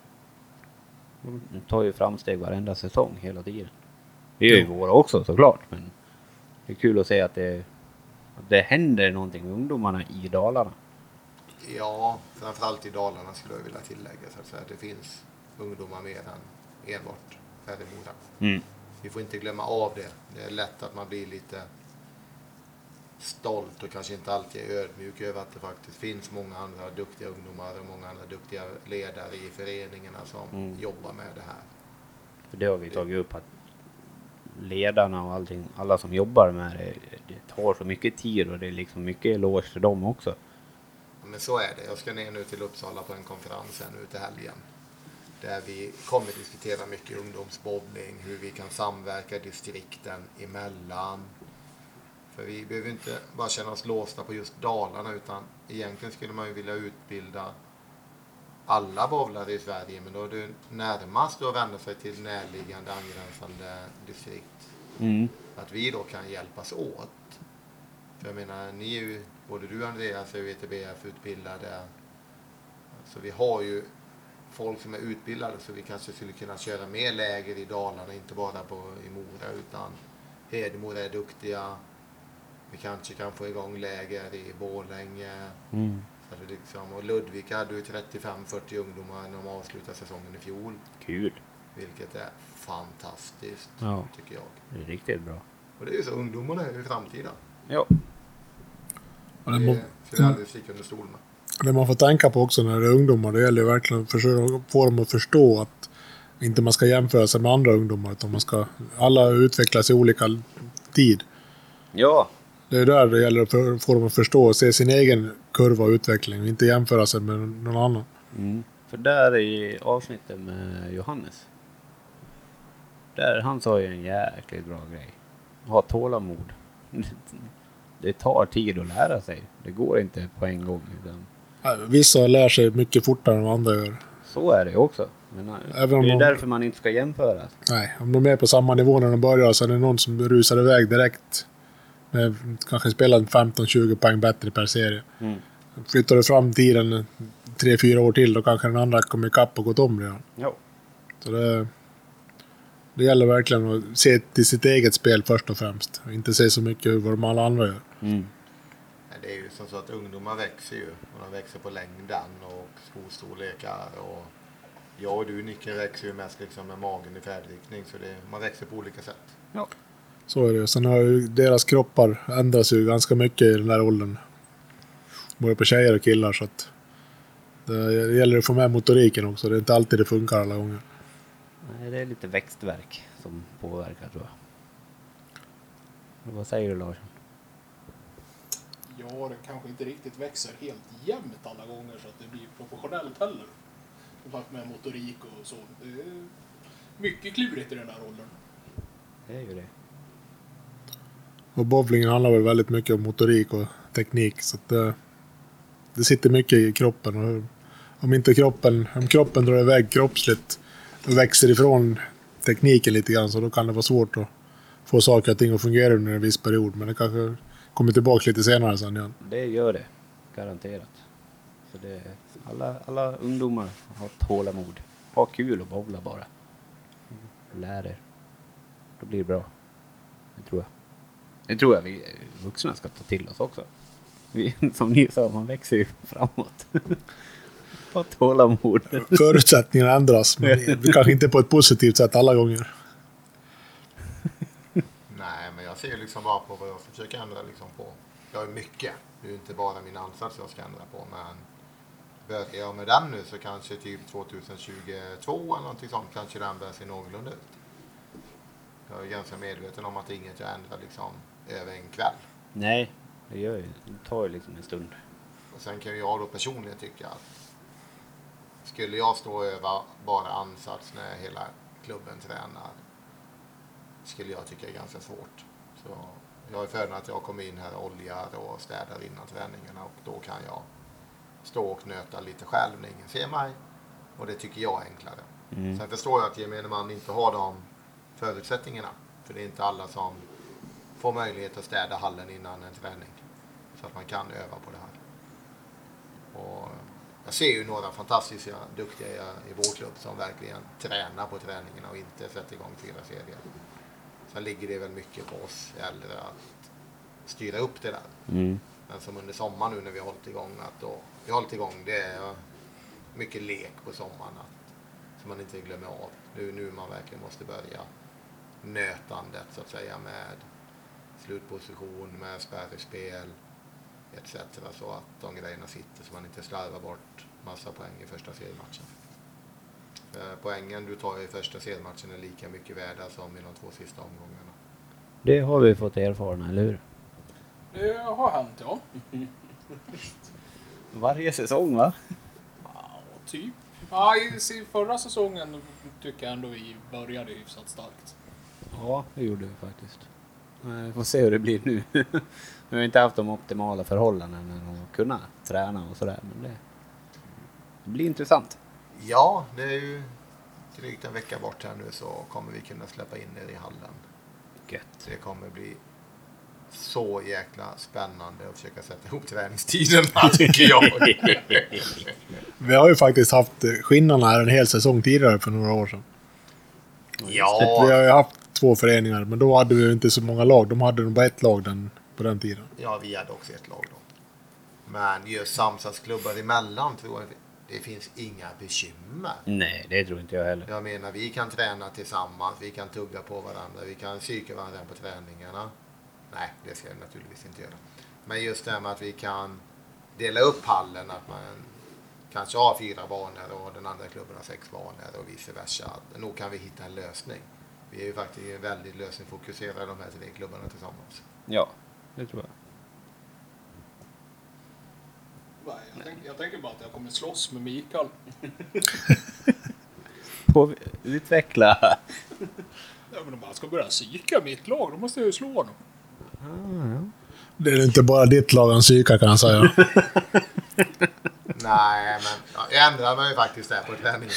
De tar ju framsteg varenda säsong hela tiden. Det gör ju våra också såklart. Men det är kul att se att det händer någonting med ungdomarna i Dalarna. Ja, framförallt i Dalarna skulle jag vilja tillägga. Så att säga. Det finns ungdomar mer än enbart Färjemora. Mm. Vi får inte glömma av det. Det är lätt att man blir lite stolt och kanske inte alltid är ödmjuk över att det faktiskt finns många andra duktiga ungdomar och många andra duktiga ledare i föreningarna som jobbar med det här. För det har vi tagit upp att ledarna och allting, alla som jobbar med det tar så mycket tid och det är liksom mycket eloge för dem också. Men så är det. Jag ska ner nu till Uppsala på en konferens här nu till helgen. Där vi kommer diskutera mycket ungdomsbowling, hur vi kan samverka distrikten emellan. För vi behöver inte bara känna oss låsta på just Dalarna, utan egentligen skulle man ju vilja utbilda alla bowlare i Sverige. Men då är det närmast att vända sig till närliggande angränsande distrikt. Mm. Att vi då kan hjälpas åt. För jag menar, ni är ju, både du och Andreas är ju ETBF-utbildade. Så vi har ju folk som är utbildade, så vi kanske skulle kunna köra mer läger i Dalarna, inte bara i Mora, utan Hedemora är duktiga. Vi kanske kan få igång läger i Borlänge. Mm. Så att liksom, och Ludvika hade ju 35-40 ungdomar när de avslutade säsongen i fjol. Kul. Vilket är fantastiskt, Ja. tycker jag. Det är riktigt bra. Och det är ju så, ungdomarna är ju framtiden. Ja. Och Det ska vi aldrig sticka under stol med. det man får tänka på också när det är ungdomar, det gäller ju verkligen att försöka få dem att förstå att inte man ska jämföra sig med andra ungdomar, utan man ska alla utvecklas i olika tid. Ja. Det är där det gäller att få dem att förstå och se sin egen kurva och utveckling och inte jämföra sig med någon annan. Mm. För där i avsnittet med Johannes. Där han sa ju en jäkligt bra grej. Ha tålamod. Det tar tid att lära sig. Det går inte på en gång. Utan Vissa lär sig mycket fortare än vad andra gör. så är det också. Men Även om det är de- därför man inte ska jämföra. Nej, om de är på samma nivå när de börjar så är det någon som rusar iväg direkt. Med kanske spelar 15-20 poäng bättre per serie. Mm. Flyttar du fram tiden 3-4 år till, då kanske den andra kommer ikapp och gått om redan. Ja. Så det gäller verkligen att se till sitt eget spel först och främst. Och inte se så mycket vad de alla andra gör. Mm. Det är ju som så att ungdomar växer ju. Och de växer på längden och skostorlekar. Och jag och du, Nicke, växer ju mest liksom med magen i färdriktning. Så man växer på olika sätt. Ja. Så är det. Sen har ju deras kroppar ändras ju ganska mycket i den där åldern. Både på tjejer och killar. Så att det gäller att få med motoriken också. Det är inte alltid det funkar alla gånger. Nej, det är lite växtverk som påverkar, tror jag. Vad säger du, Larsson? Ja, det kanske inte riktigt växer helt jämnt alla gånger så att det blir proportionellt heller. Som sagt, med motorik och så. Det är mycket klurigt i den här åldern. Det är ju det. Och bowlingen handlar väl väldigt mycket om motorik och teknik. Så att det sitter mycket i kroppen. Och om kroppen drar iväg kroppsligt och växer ifrån tekniken lite grann, så då kan det vara svårt att få saker och ting att fungera under en viss period. Men det kanske kommer tillbaka lite senare sen igen. Det gör det, garanterat. Så det, alla ungdomar har tålamod. Ha kul och bowla bara. Lär er. Då blir det bra. Det tror jag vi vuxna ska ta till oss också. Som ni sa, man växer ju framåt. Ha tålamod. Förutsättningarna ändras, men det kanske inte på ett positivt sätt alla gånger. Nej, men jag ser liksom bara på vad jag försöker ändra liksom på. Jag har mycket. Det är ju inte bara min ansats jag ska ändra på, men börjar jag med den nu så kanske typ 2022 eller någonting sånt kanske den börjar se någorlunda ut. Jag är ganska medveten om att inget jag ändrar liksom över en kväll. Nej, det tar ju liksom en stund. Och sen kan jag då personligen tycka att skulle jag stå över bara ansats när hela klubben tränar, skulle jag tycka är ganska svårt. Så jag är för att jag kommer in här och oljar och städar innan träningarna, och då kan jag stå och nöta lite själv när ingen ser mig, och det tycker jag är enklare. Sen förstår jag att gemene man inte har de förutsättningarna, för det är inte alla som får möjlighet att städa hallen innan en träning, så att man kan öva på det här. Och jag ser ju några fantastiska duktiga i vår klubb som verkligen tränar på träningarna och inte sätter igång 4 serier. Sen ligger det väl mycket på oss äldre att styra upp det där. Men som under sommaren nu när vi har hållit igång, det är mycket lek på sommaren som man inte glömmer av. Nu man verkligen måste börja nötandet så att säga med slutposition, med spärrspel etc. så att de grejerna sitter så man inte slarvar bort massa poäng i första seriematchen. Poängen du tar i första seriematchen är lika mycket värda som i de 2 sista omgångarna. Det har vi fått erfara, eller hur? Det har hänt, ja. Varje säsong, va? Ja, typ. Ja, i förra säsongen tycker jag ändå vi började hyfsat starkt. Ja, det gjorde vi faktiskt. Vi får se hur det blir nu. Vi har inte haft de optimala förhållanden att kunna träna och sådär, men det blir intressant. Ja, det är ju drygt en vecka bort här nu, så kommer vi kunna släppa in er i hallen. Gött. Det kommer bli så jäkla spännande att försöka sätta ihop träningstiderna, tycker jag. Vi har ju faktiskt haft skinnarna här en hel säsong tidigare för några år sedan. Ja, Vi har ju haft 2 föreningar, men då hade vi inte så många lag. De hade nog bara ett lag på den tiden. ja, vi hade också ett lag då. Men just samsatsklubbar emellan tror jag det finns inga bekymmer. Nej, det tror inte jag heller. Jag menar, vi kan träna tillsammans, vi kan tugga på varandra, vi kan psyka varandra på träningarna. Nej, det ska jag naturligtvis inte göra. Men just det här med att vi kan dela upp hallen, att man kanske har 4 banor och den andra klubben har 6 banor och vice versa. Nog kan vi hitta en lösning. Vi är ju faktiskt väldigt lösningsfokuserade de här 3 klubbarna tillsammans. Ja, det tror jag. Jag tänker bara att jag kommer slåss med Mikael. Får vi utveckla? Ja, men om man ska börja psyka mitt lag, då måste jag ju slå honom. Det är inte bara ditt lag han psykar, kan jag säga. Nej, men jag ändrar mig faktiskt där på träningen.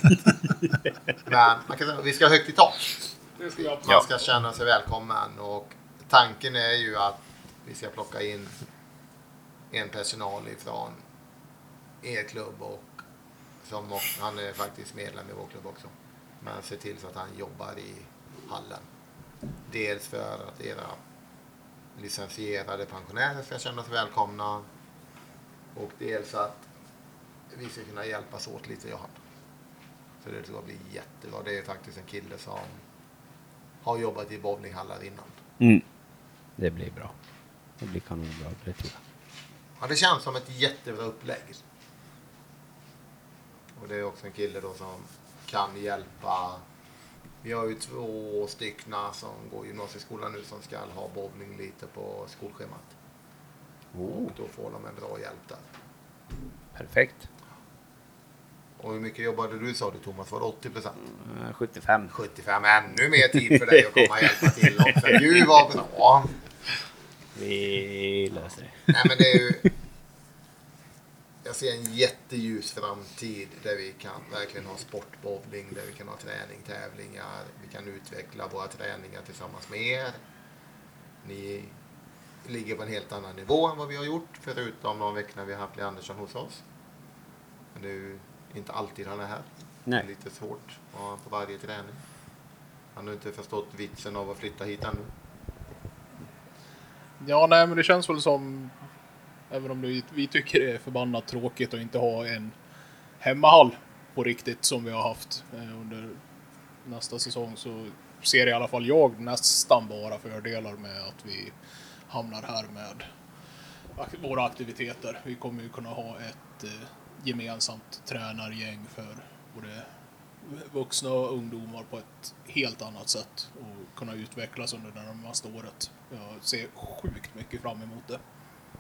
Men man kan säga, vi ska högt i tak. Det ska jag Man ska känna sig välkommen, och tanken är ju att vi ska plocka in en personal ifrån er klubb, och han är faktiskt medlem i vår klubb också. Men se till så att han jobbar i hallen. Dels för att era licensierade pensionärer ska känna sig välkomna, och dels att vi ska kunna hjälpas åt lite i hand. Så det tror jag blir jättebra. Det är faktiskt en kille som har jobbat i bowlinghallar innan. Det blir bra. Det blir kanonbra, det tror jag. Ja, det känns som ett jättebra upplägg. Och det är också en kille då som kan hjälpa. Vi har ju 2 styckna som går i gymnasieskolan nu som ska ha bowling lite på skolschemat. Och då får de en bra hjälp där. Perfekt. Och hur mycket jobbade du, sa du, Thomas? Var det 80%? 75. 75, ännu mer tid för dig att komma och hjälpa till också. Gud vad bra. Vi löser det. Nej, men det är ju... ser en jätteljus framtid där vi kan verkligen ha sportbowling, där vi kan ha träning, tävlingar. Vi kan utveckla våra träningar tillsammans med er. Ni ligger på en helt annan nivå än vad vi har gjort, förutom de veckorna vi har haft Lee Andersson hos oss. Men det är ju inte alltid han är här. Nej. Det är lite svårt på varje träning. Han har inte förstått vitsen av att flytta hit ännu. Ja, nej, men det känns väl som, även om vi tycker det är förbannat tråkigt att inte ha en hemmahall på riktigt som vi har haft under nästa säsong, så ser i alla fall jag nästan bara fördelar med att vi hamnar här med våra aktiviteter. Vi kommer ju kunna ha ett gemensamt tränargäng för både vuxna och ungdomar på ett helt annat sätt och kunna utvecklas under det närmaste året. Jag ser sjukt mycket fram emot det.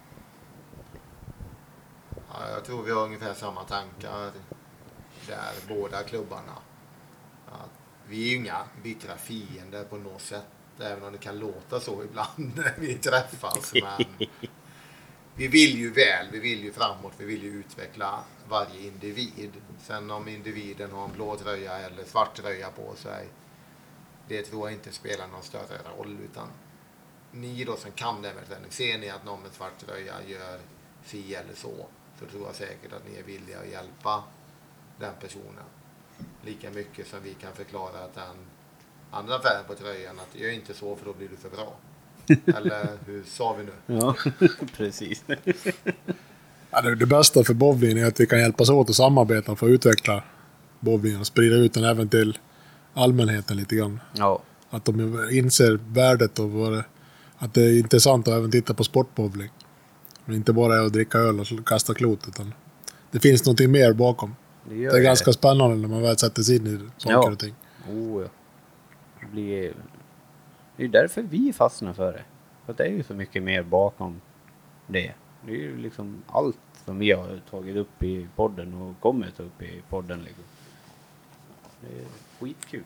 Ja, jag tror vi har ungefär samma tankar där, båda klubbarna. Att vi är ju inga bittra fiender på något sätt, även om det kan låta så ibland när vi träffas. Men vi vill ju väl, vi vill ju framåt, vi vill ju utveckla varje individ. Sen om individen har en blå tröja eller svart tröja på sig, det tror jag inte spelar någon större roll. Utan ni då som kan det med träning, ser ni att någon med svart tröja gör si eller så tror jag säkert att ni är villiga att hjälpa den personen. Lika mycket som vi kan förklara att den andra färgen på tröjan, att gör inte så för då blir du för bra. Eller hur sa vi nu? Ja, precis. Ja, det bästa för bowling är att vi kan hjälpas åt och samarbeta för att utveckla bowlingen och sprida ut den även till allmänheten lite grann. Ja. Att de inser värdet av att det är intressant att även titta på sportbowling. Och inte bara att dricka öl och kasta klot, utan det finns någonting mer bakom. Det är ganska spännande när man väl sätter sig in i saker och ting. Oh, ja. Det är ju därför vi fastnar för det. För det är ju så mycket mer bakom det. Det är ju liksom allt som vi har tagit upp i podden och kommer ta upp i podden. Liksom. Det är skitkul.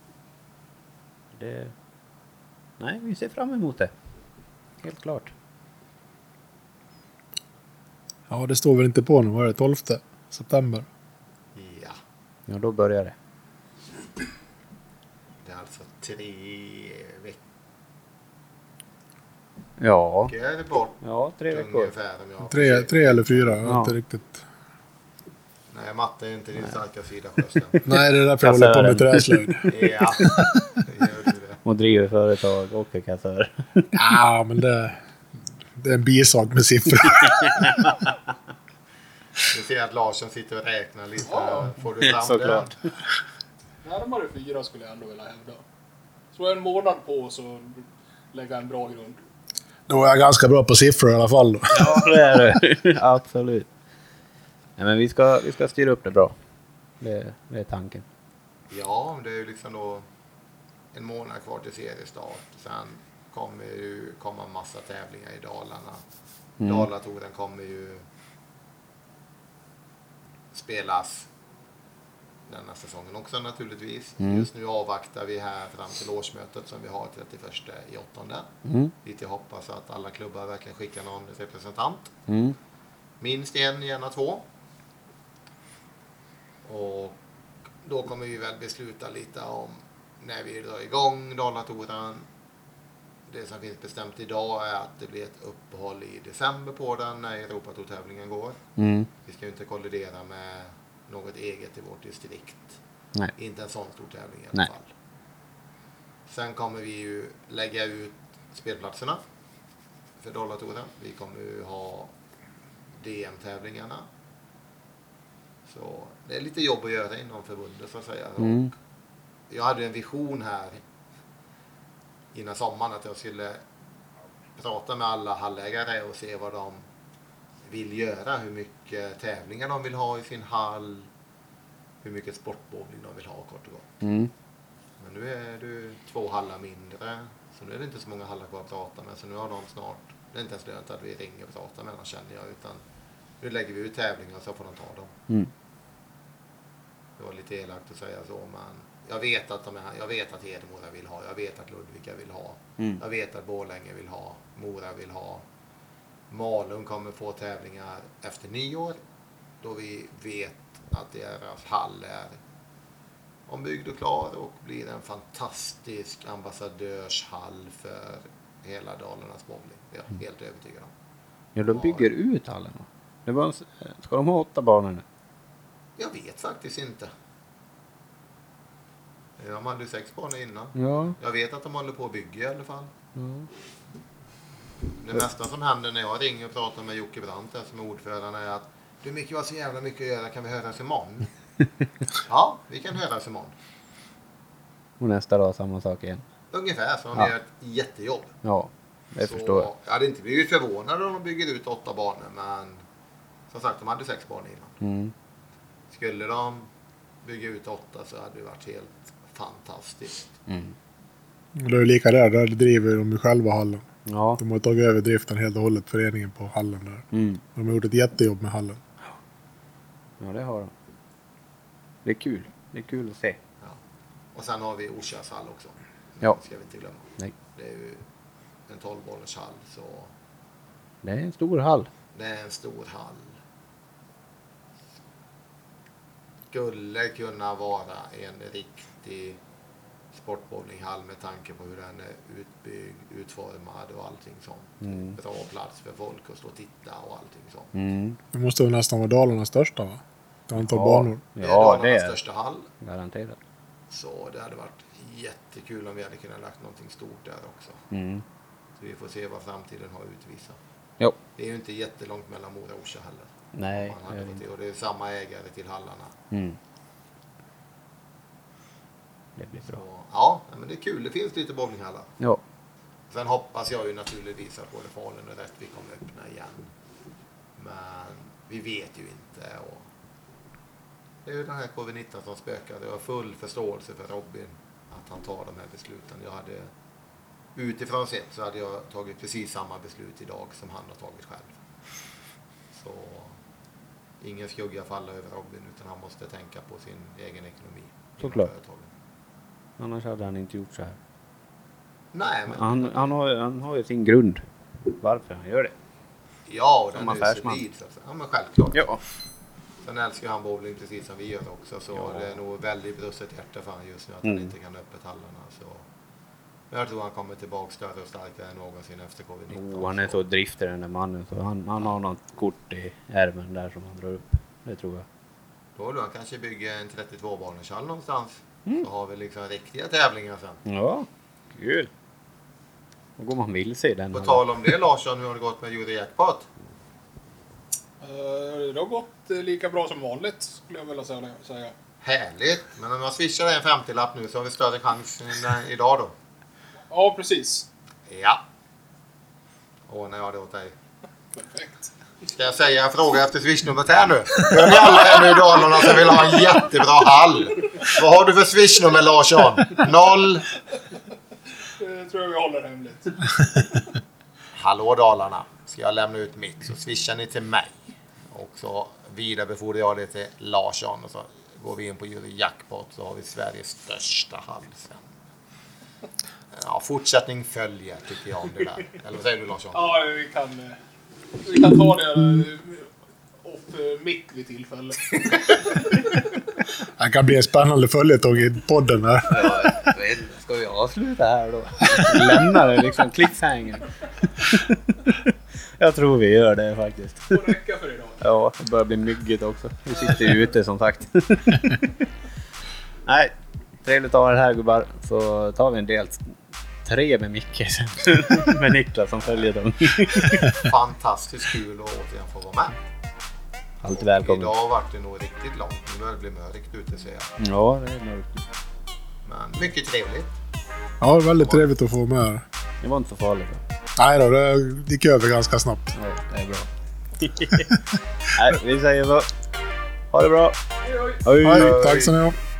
Nej, vi ser fram emot det. Helt klart. Ja, det står väl inte på nu. Vad är det? 12 september? Ja, Ja, då börjar det. det är alltså 3 veckor Ja. bort. Ja, 3 veckor. Ungefär, om jag 3 eller 4, jag Ja. vet inte riktigt. Nej, matte är inte din starka sida, Sjöström. Nej, det är därför jag håller på med träslöjd. Ja, det gör du det. Och driver företag och är kassör. Ja, men det är en bisak med siffror. Du ser att Larsson sitter och räknar lite. Ja. Får du fram Såklart. det? Närmare 4 skulle jag ändå vilja hävda. Så en månad på så lägga en bra grund. Då är jag ganska bra på siffror i alla fall. Ja, det är det. Absolut. Nej, men vi ska styra upp det bra. Det är tanken. Ja, det är ju liksom då en månad kvar till seriestart. Sen kommer ju komma en massa tävlingar i Dalarna. Dalatouren kommer ju spelas denna säsongen också naturligtvis. Just nu avvaktar vi här fram till årsmötet som vi har 31/8. Dit jag hoppas att alla klubbar verkligen skickar någon representant. Minst en, gärna 2. Och då kommer vi väl besluta lite om när vi drar igång Dalatouren. Det som finns bestämt idag är att det blir ett uppehåll i december på den när Europatourtävlingen går. Vi ska ju inte kollidera med något eget i vårt distrikt. Nej. Inte en sån stor tävling i alla Nej. fall. Sen kommer vi ju lägga ut spelplatserna för Dalatouren. Vi kommer ju ha DM-tävlingarna. Så det är lite jobb att göra inom förbundet så att säga. Och jag hade en vision här innan sommaren att jag skulle prata med alla hallägare och se vad de vill göra, hur mycket tävlingar de vill ha i sin hall, hur mycket sportbowling de vill ha kort och gott. Men nu är det 2 hallar mindre, så nu är det inte så många hallar kvar att prata med, så nu har de snart, det är inte ens lönt att vi ringer och pratar med dem känner jag, utan nu lägger vi ut tävlingar så får de ta dem. Det var lite elakt att säga så, men jag vet att jag vet att Hedemora vill ha, jag vet att Ludvika vill ha, jag vet att Borlänge vill ha, Mora vill ha. Malung kommer få tävlingar efter nyår. då vi vet att deras hall är ombyggd och klar och blir en fantastisk ambassadörshall för hela Dalarnas bowling. Det är jag helt övertygad om. Ja, de bygger ut hallen. Det var ska de ha 8 banor nu? Jag vet faktiskt inte. De hade 6 banor innan. Ja. Jag vet att de håller på att bygga i alla fall. Mm. Det mesta som händer när jag ringer och pratar med Jocke Brandt som är ordförande är att du Micke, jag har så jävla mycket att göra, kan vi höras imorgon? Ja, vi kan höras imorgon. Och nästa dag samma sak igen. Ungefär, så de Ja. gör ett jättejobb. Ja, det Så förstår jag. jag hade inte blivit förvånad om de bygger ut 8 banor, men som sagt, de hade 6 banor innan. Mm. Skulle de bygga ut 8 så hade det varit helt fantastiskt. Mm. Och det är lika där driver de ju själva hallen. Ja. De har tagit över driften helt och hållet, föreningen på hallen där. Mm. De har gjort ett jättejobb med hallen. Ja, det har de. Det är kul. Det är kul att se. Ja. Och sen har vi Orsas hall också. Ja. Ska vi inte glömma. Nej. Det är ju en 12-bollers hall, så Det är en stor hall. det är en stor hall. Skulle kunna vara en riktig sportbowlinghall med tanke på hur den är utbyggd, utformad och allting sånt. Mm. Bra plats för folk att stå och titta och allting sånt. Mm. Det måste väl nästan vara Dalarnas största, va? Ett antal Ja. banor. Det är Ja, Dalarnas det är största hall. garanterat. Så det hade varit jättekul om vi hade kunnat lagt någonting stort där också. Mm. Så vi får se vad framtiden har utvisat. Jo. Det är ju inte jättelångt mellan Mora och Orsa heller. Nej. Man hade fått det. Och det är samma ägare till hallarna. Mm. Det blir bra. Så, ja, men det är kul. Det finns lite bowlinghallar. Ja. Sen hoppas jag ju naturligtvis att både Falun och Rättvik kommer öppna igen. Men vi vet ju inte. Och det är ju den här covid-19 som spökar. Jag har full förståelse för Robin att han tar de här besluten. Jag hade utifrån sett så hade jag tagit precis samma beslut idag som han har tagit själv. Så ingen skugga falla över Robin, utan han måste tänka på sin egen ekonomi. Såklart. Annars hade han inte gjort så här. Nej, men Han har ju sin grund. Varför han gör det. ja, som den är affärsman. solid. Så att säga. Ja, men självklart. Ja. Sen älskar han bowling precis som vi gör också. Så Ja. det är nog väldigt brustet hjärta för han just nu att Mm. han inte kan öppet hallarna. Så jag tror han kommer tillbaka större och starkare än någonsin efter covid-19. Han är så driftig den där mannen. Så han har något kort i ärmen där som han drar upp. Det tror jag. Då vill han kanske bygga en 32-banorshall någonstans. Mm. Så har vi liksom riktiga tävlingar sen. Ja, kul. Då går man vilse i den. På tal om det Larsson, hur har det gått med Eurojackpot? Det har gått lika bra som vanligt, skulle jag vilja säga. Härligt, men om jag swishar en 50-lapp nu så har vi större chans än idag då. Ja, precis. Ja. Ordnar jag det åt dig. Perfekt. Ska jag säga en fråga efter swishnumret här nu? Hör ni alla här nu i Dalarna som vill ha en jättebra hall? Vad har du för swishnummer Larsson? 0. Det tror jag vi håller hemligt. Hallå Dalarna. Ska jag lämna ut mitt så swishar ni till mig. Och så vidarebefordrar jag det till Larsson. Och så går vi in på Eurojackpot så har vi Sveriges största hall sen. Ja, fortsättning följer tycker jag om det där. Eller vad säger du Larsson? Ja, vi kan ta det off mic vid tillfälle. Det kan bli en spännande följetong i podden här. Ja, ska vi avsluta här då? Lämna det liksom, cliffhanger. Jag tror vi gör det faktiskt. Det får räcka för idag. Ja, det börjar bli mycket också. Vi sitter ju ute som sagt. Nej, trevligt att ha det här gubbar. Så tar vi en del 3 med Micke sen. Med Niklas som följer dem. Fantastiskt kul att återigen få vara med. Alltid välkommen. Idag vart det nog riktigt långt. Nu börjar det bli mörkt ute ser jag. Ja, det är mörkt. Men mycket trevligt. Ja, väldigt trevligt att få med här. Det var inte så farligt. Nej då, det gick över ganska snabbt. Ja, det är bra. Nej, vi säger så. Ha det bra. Hej, hej. Hej. Hej, tack så mycket.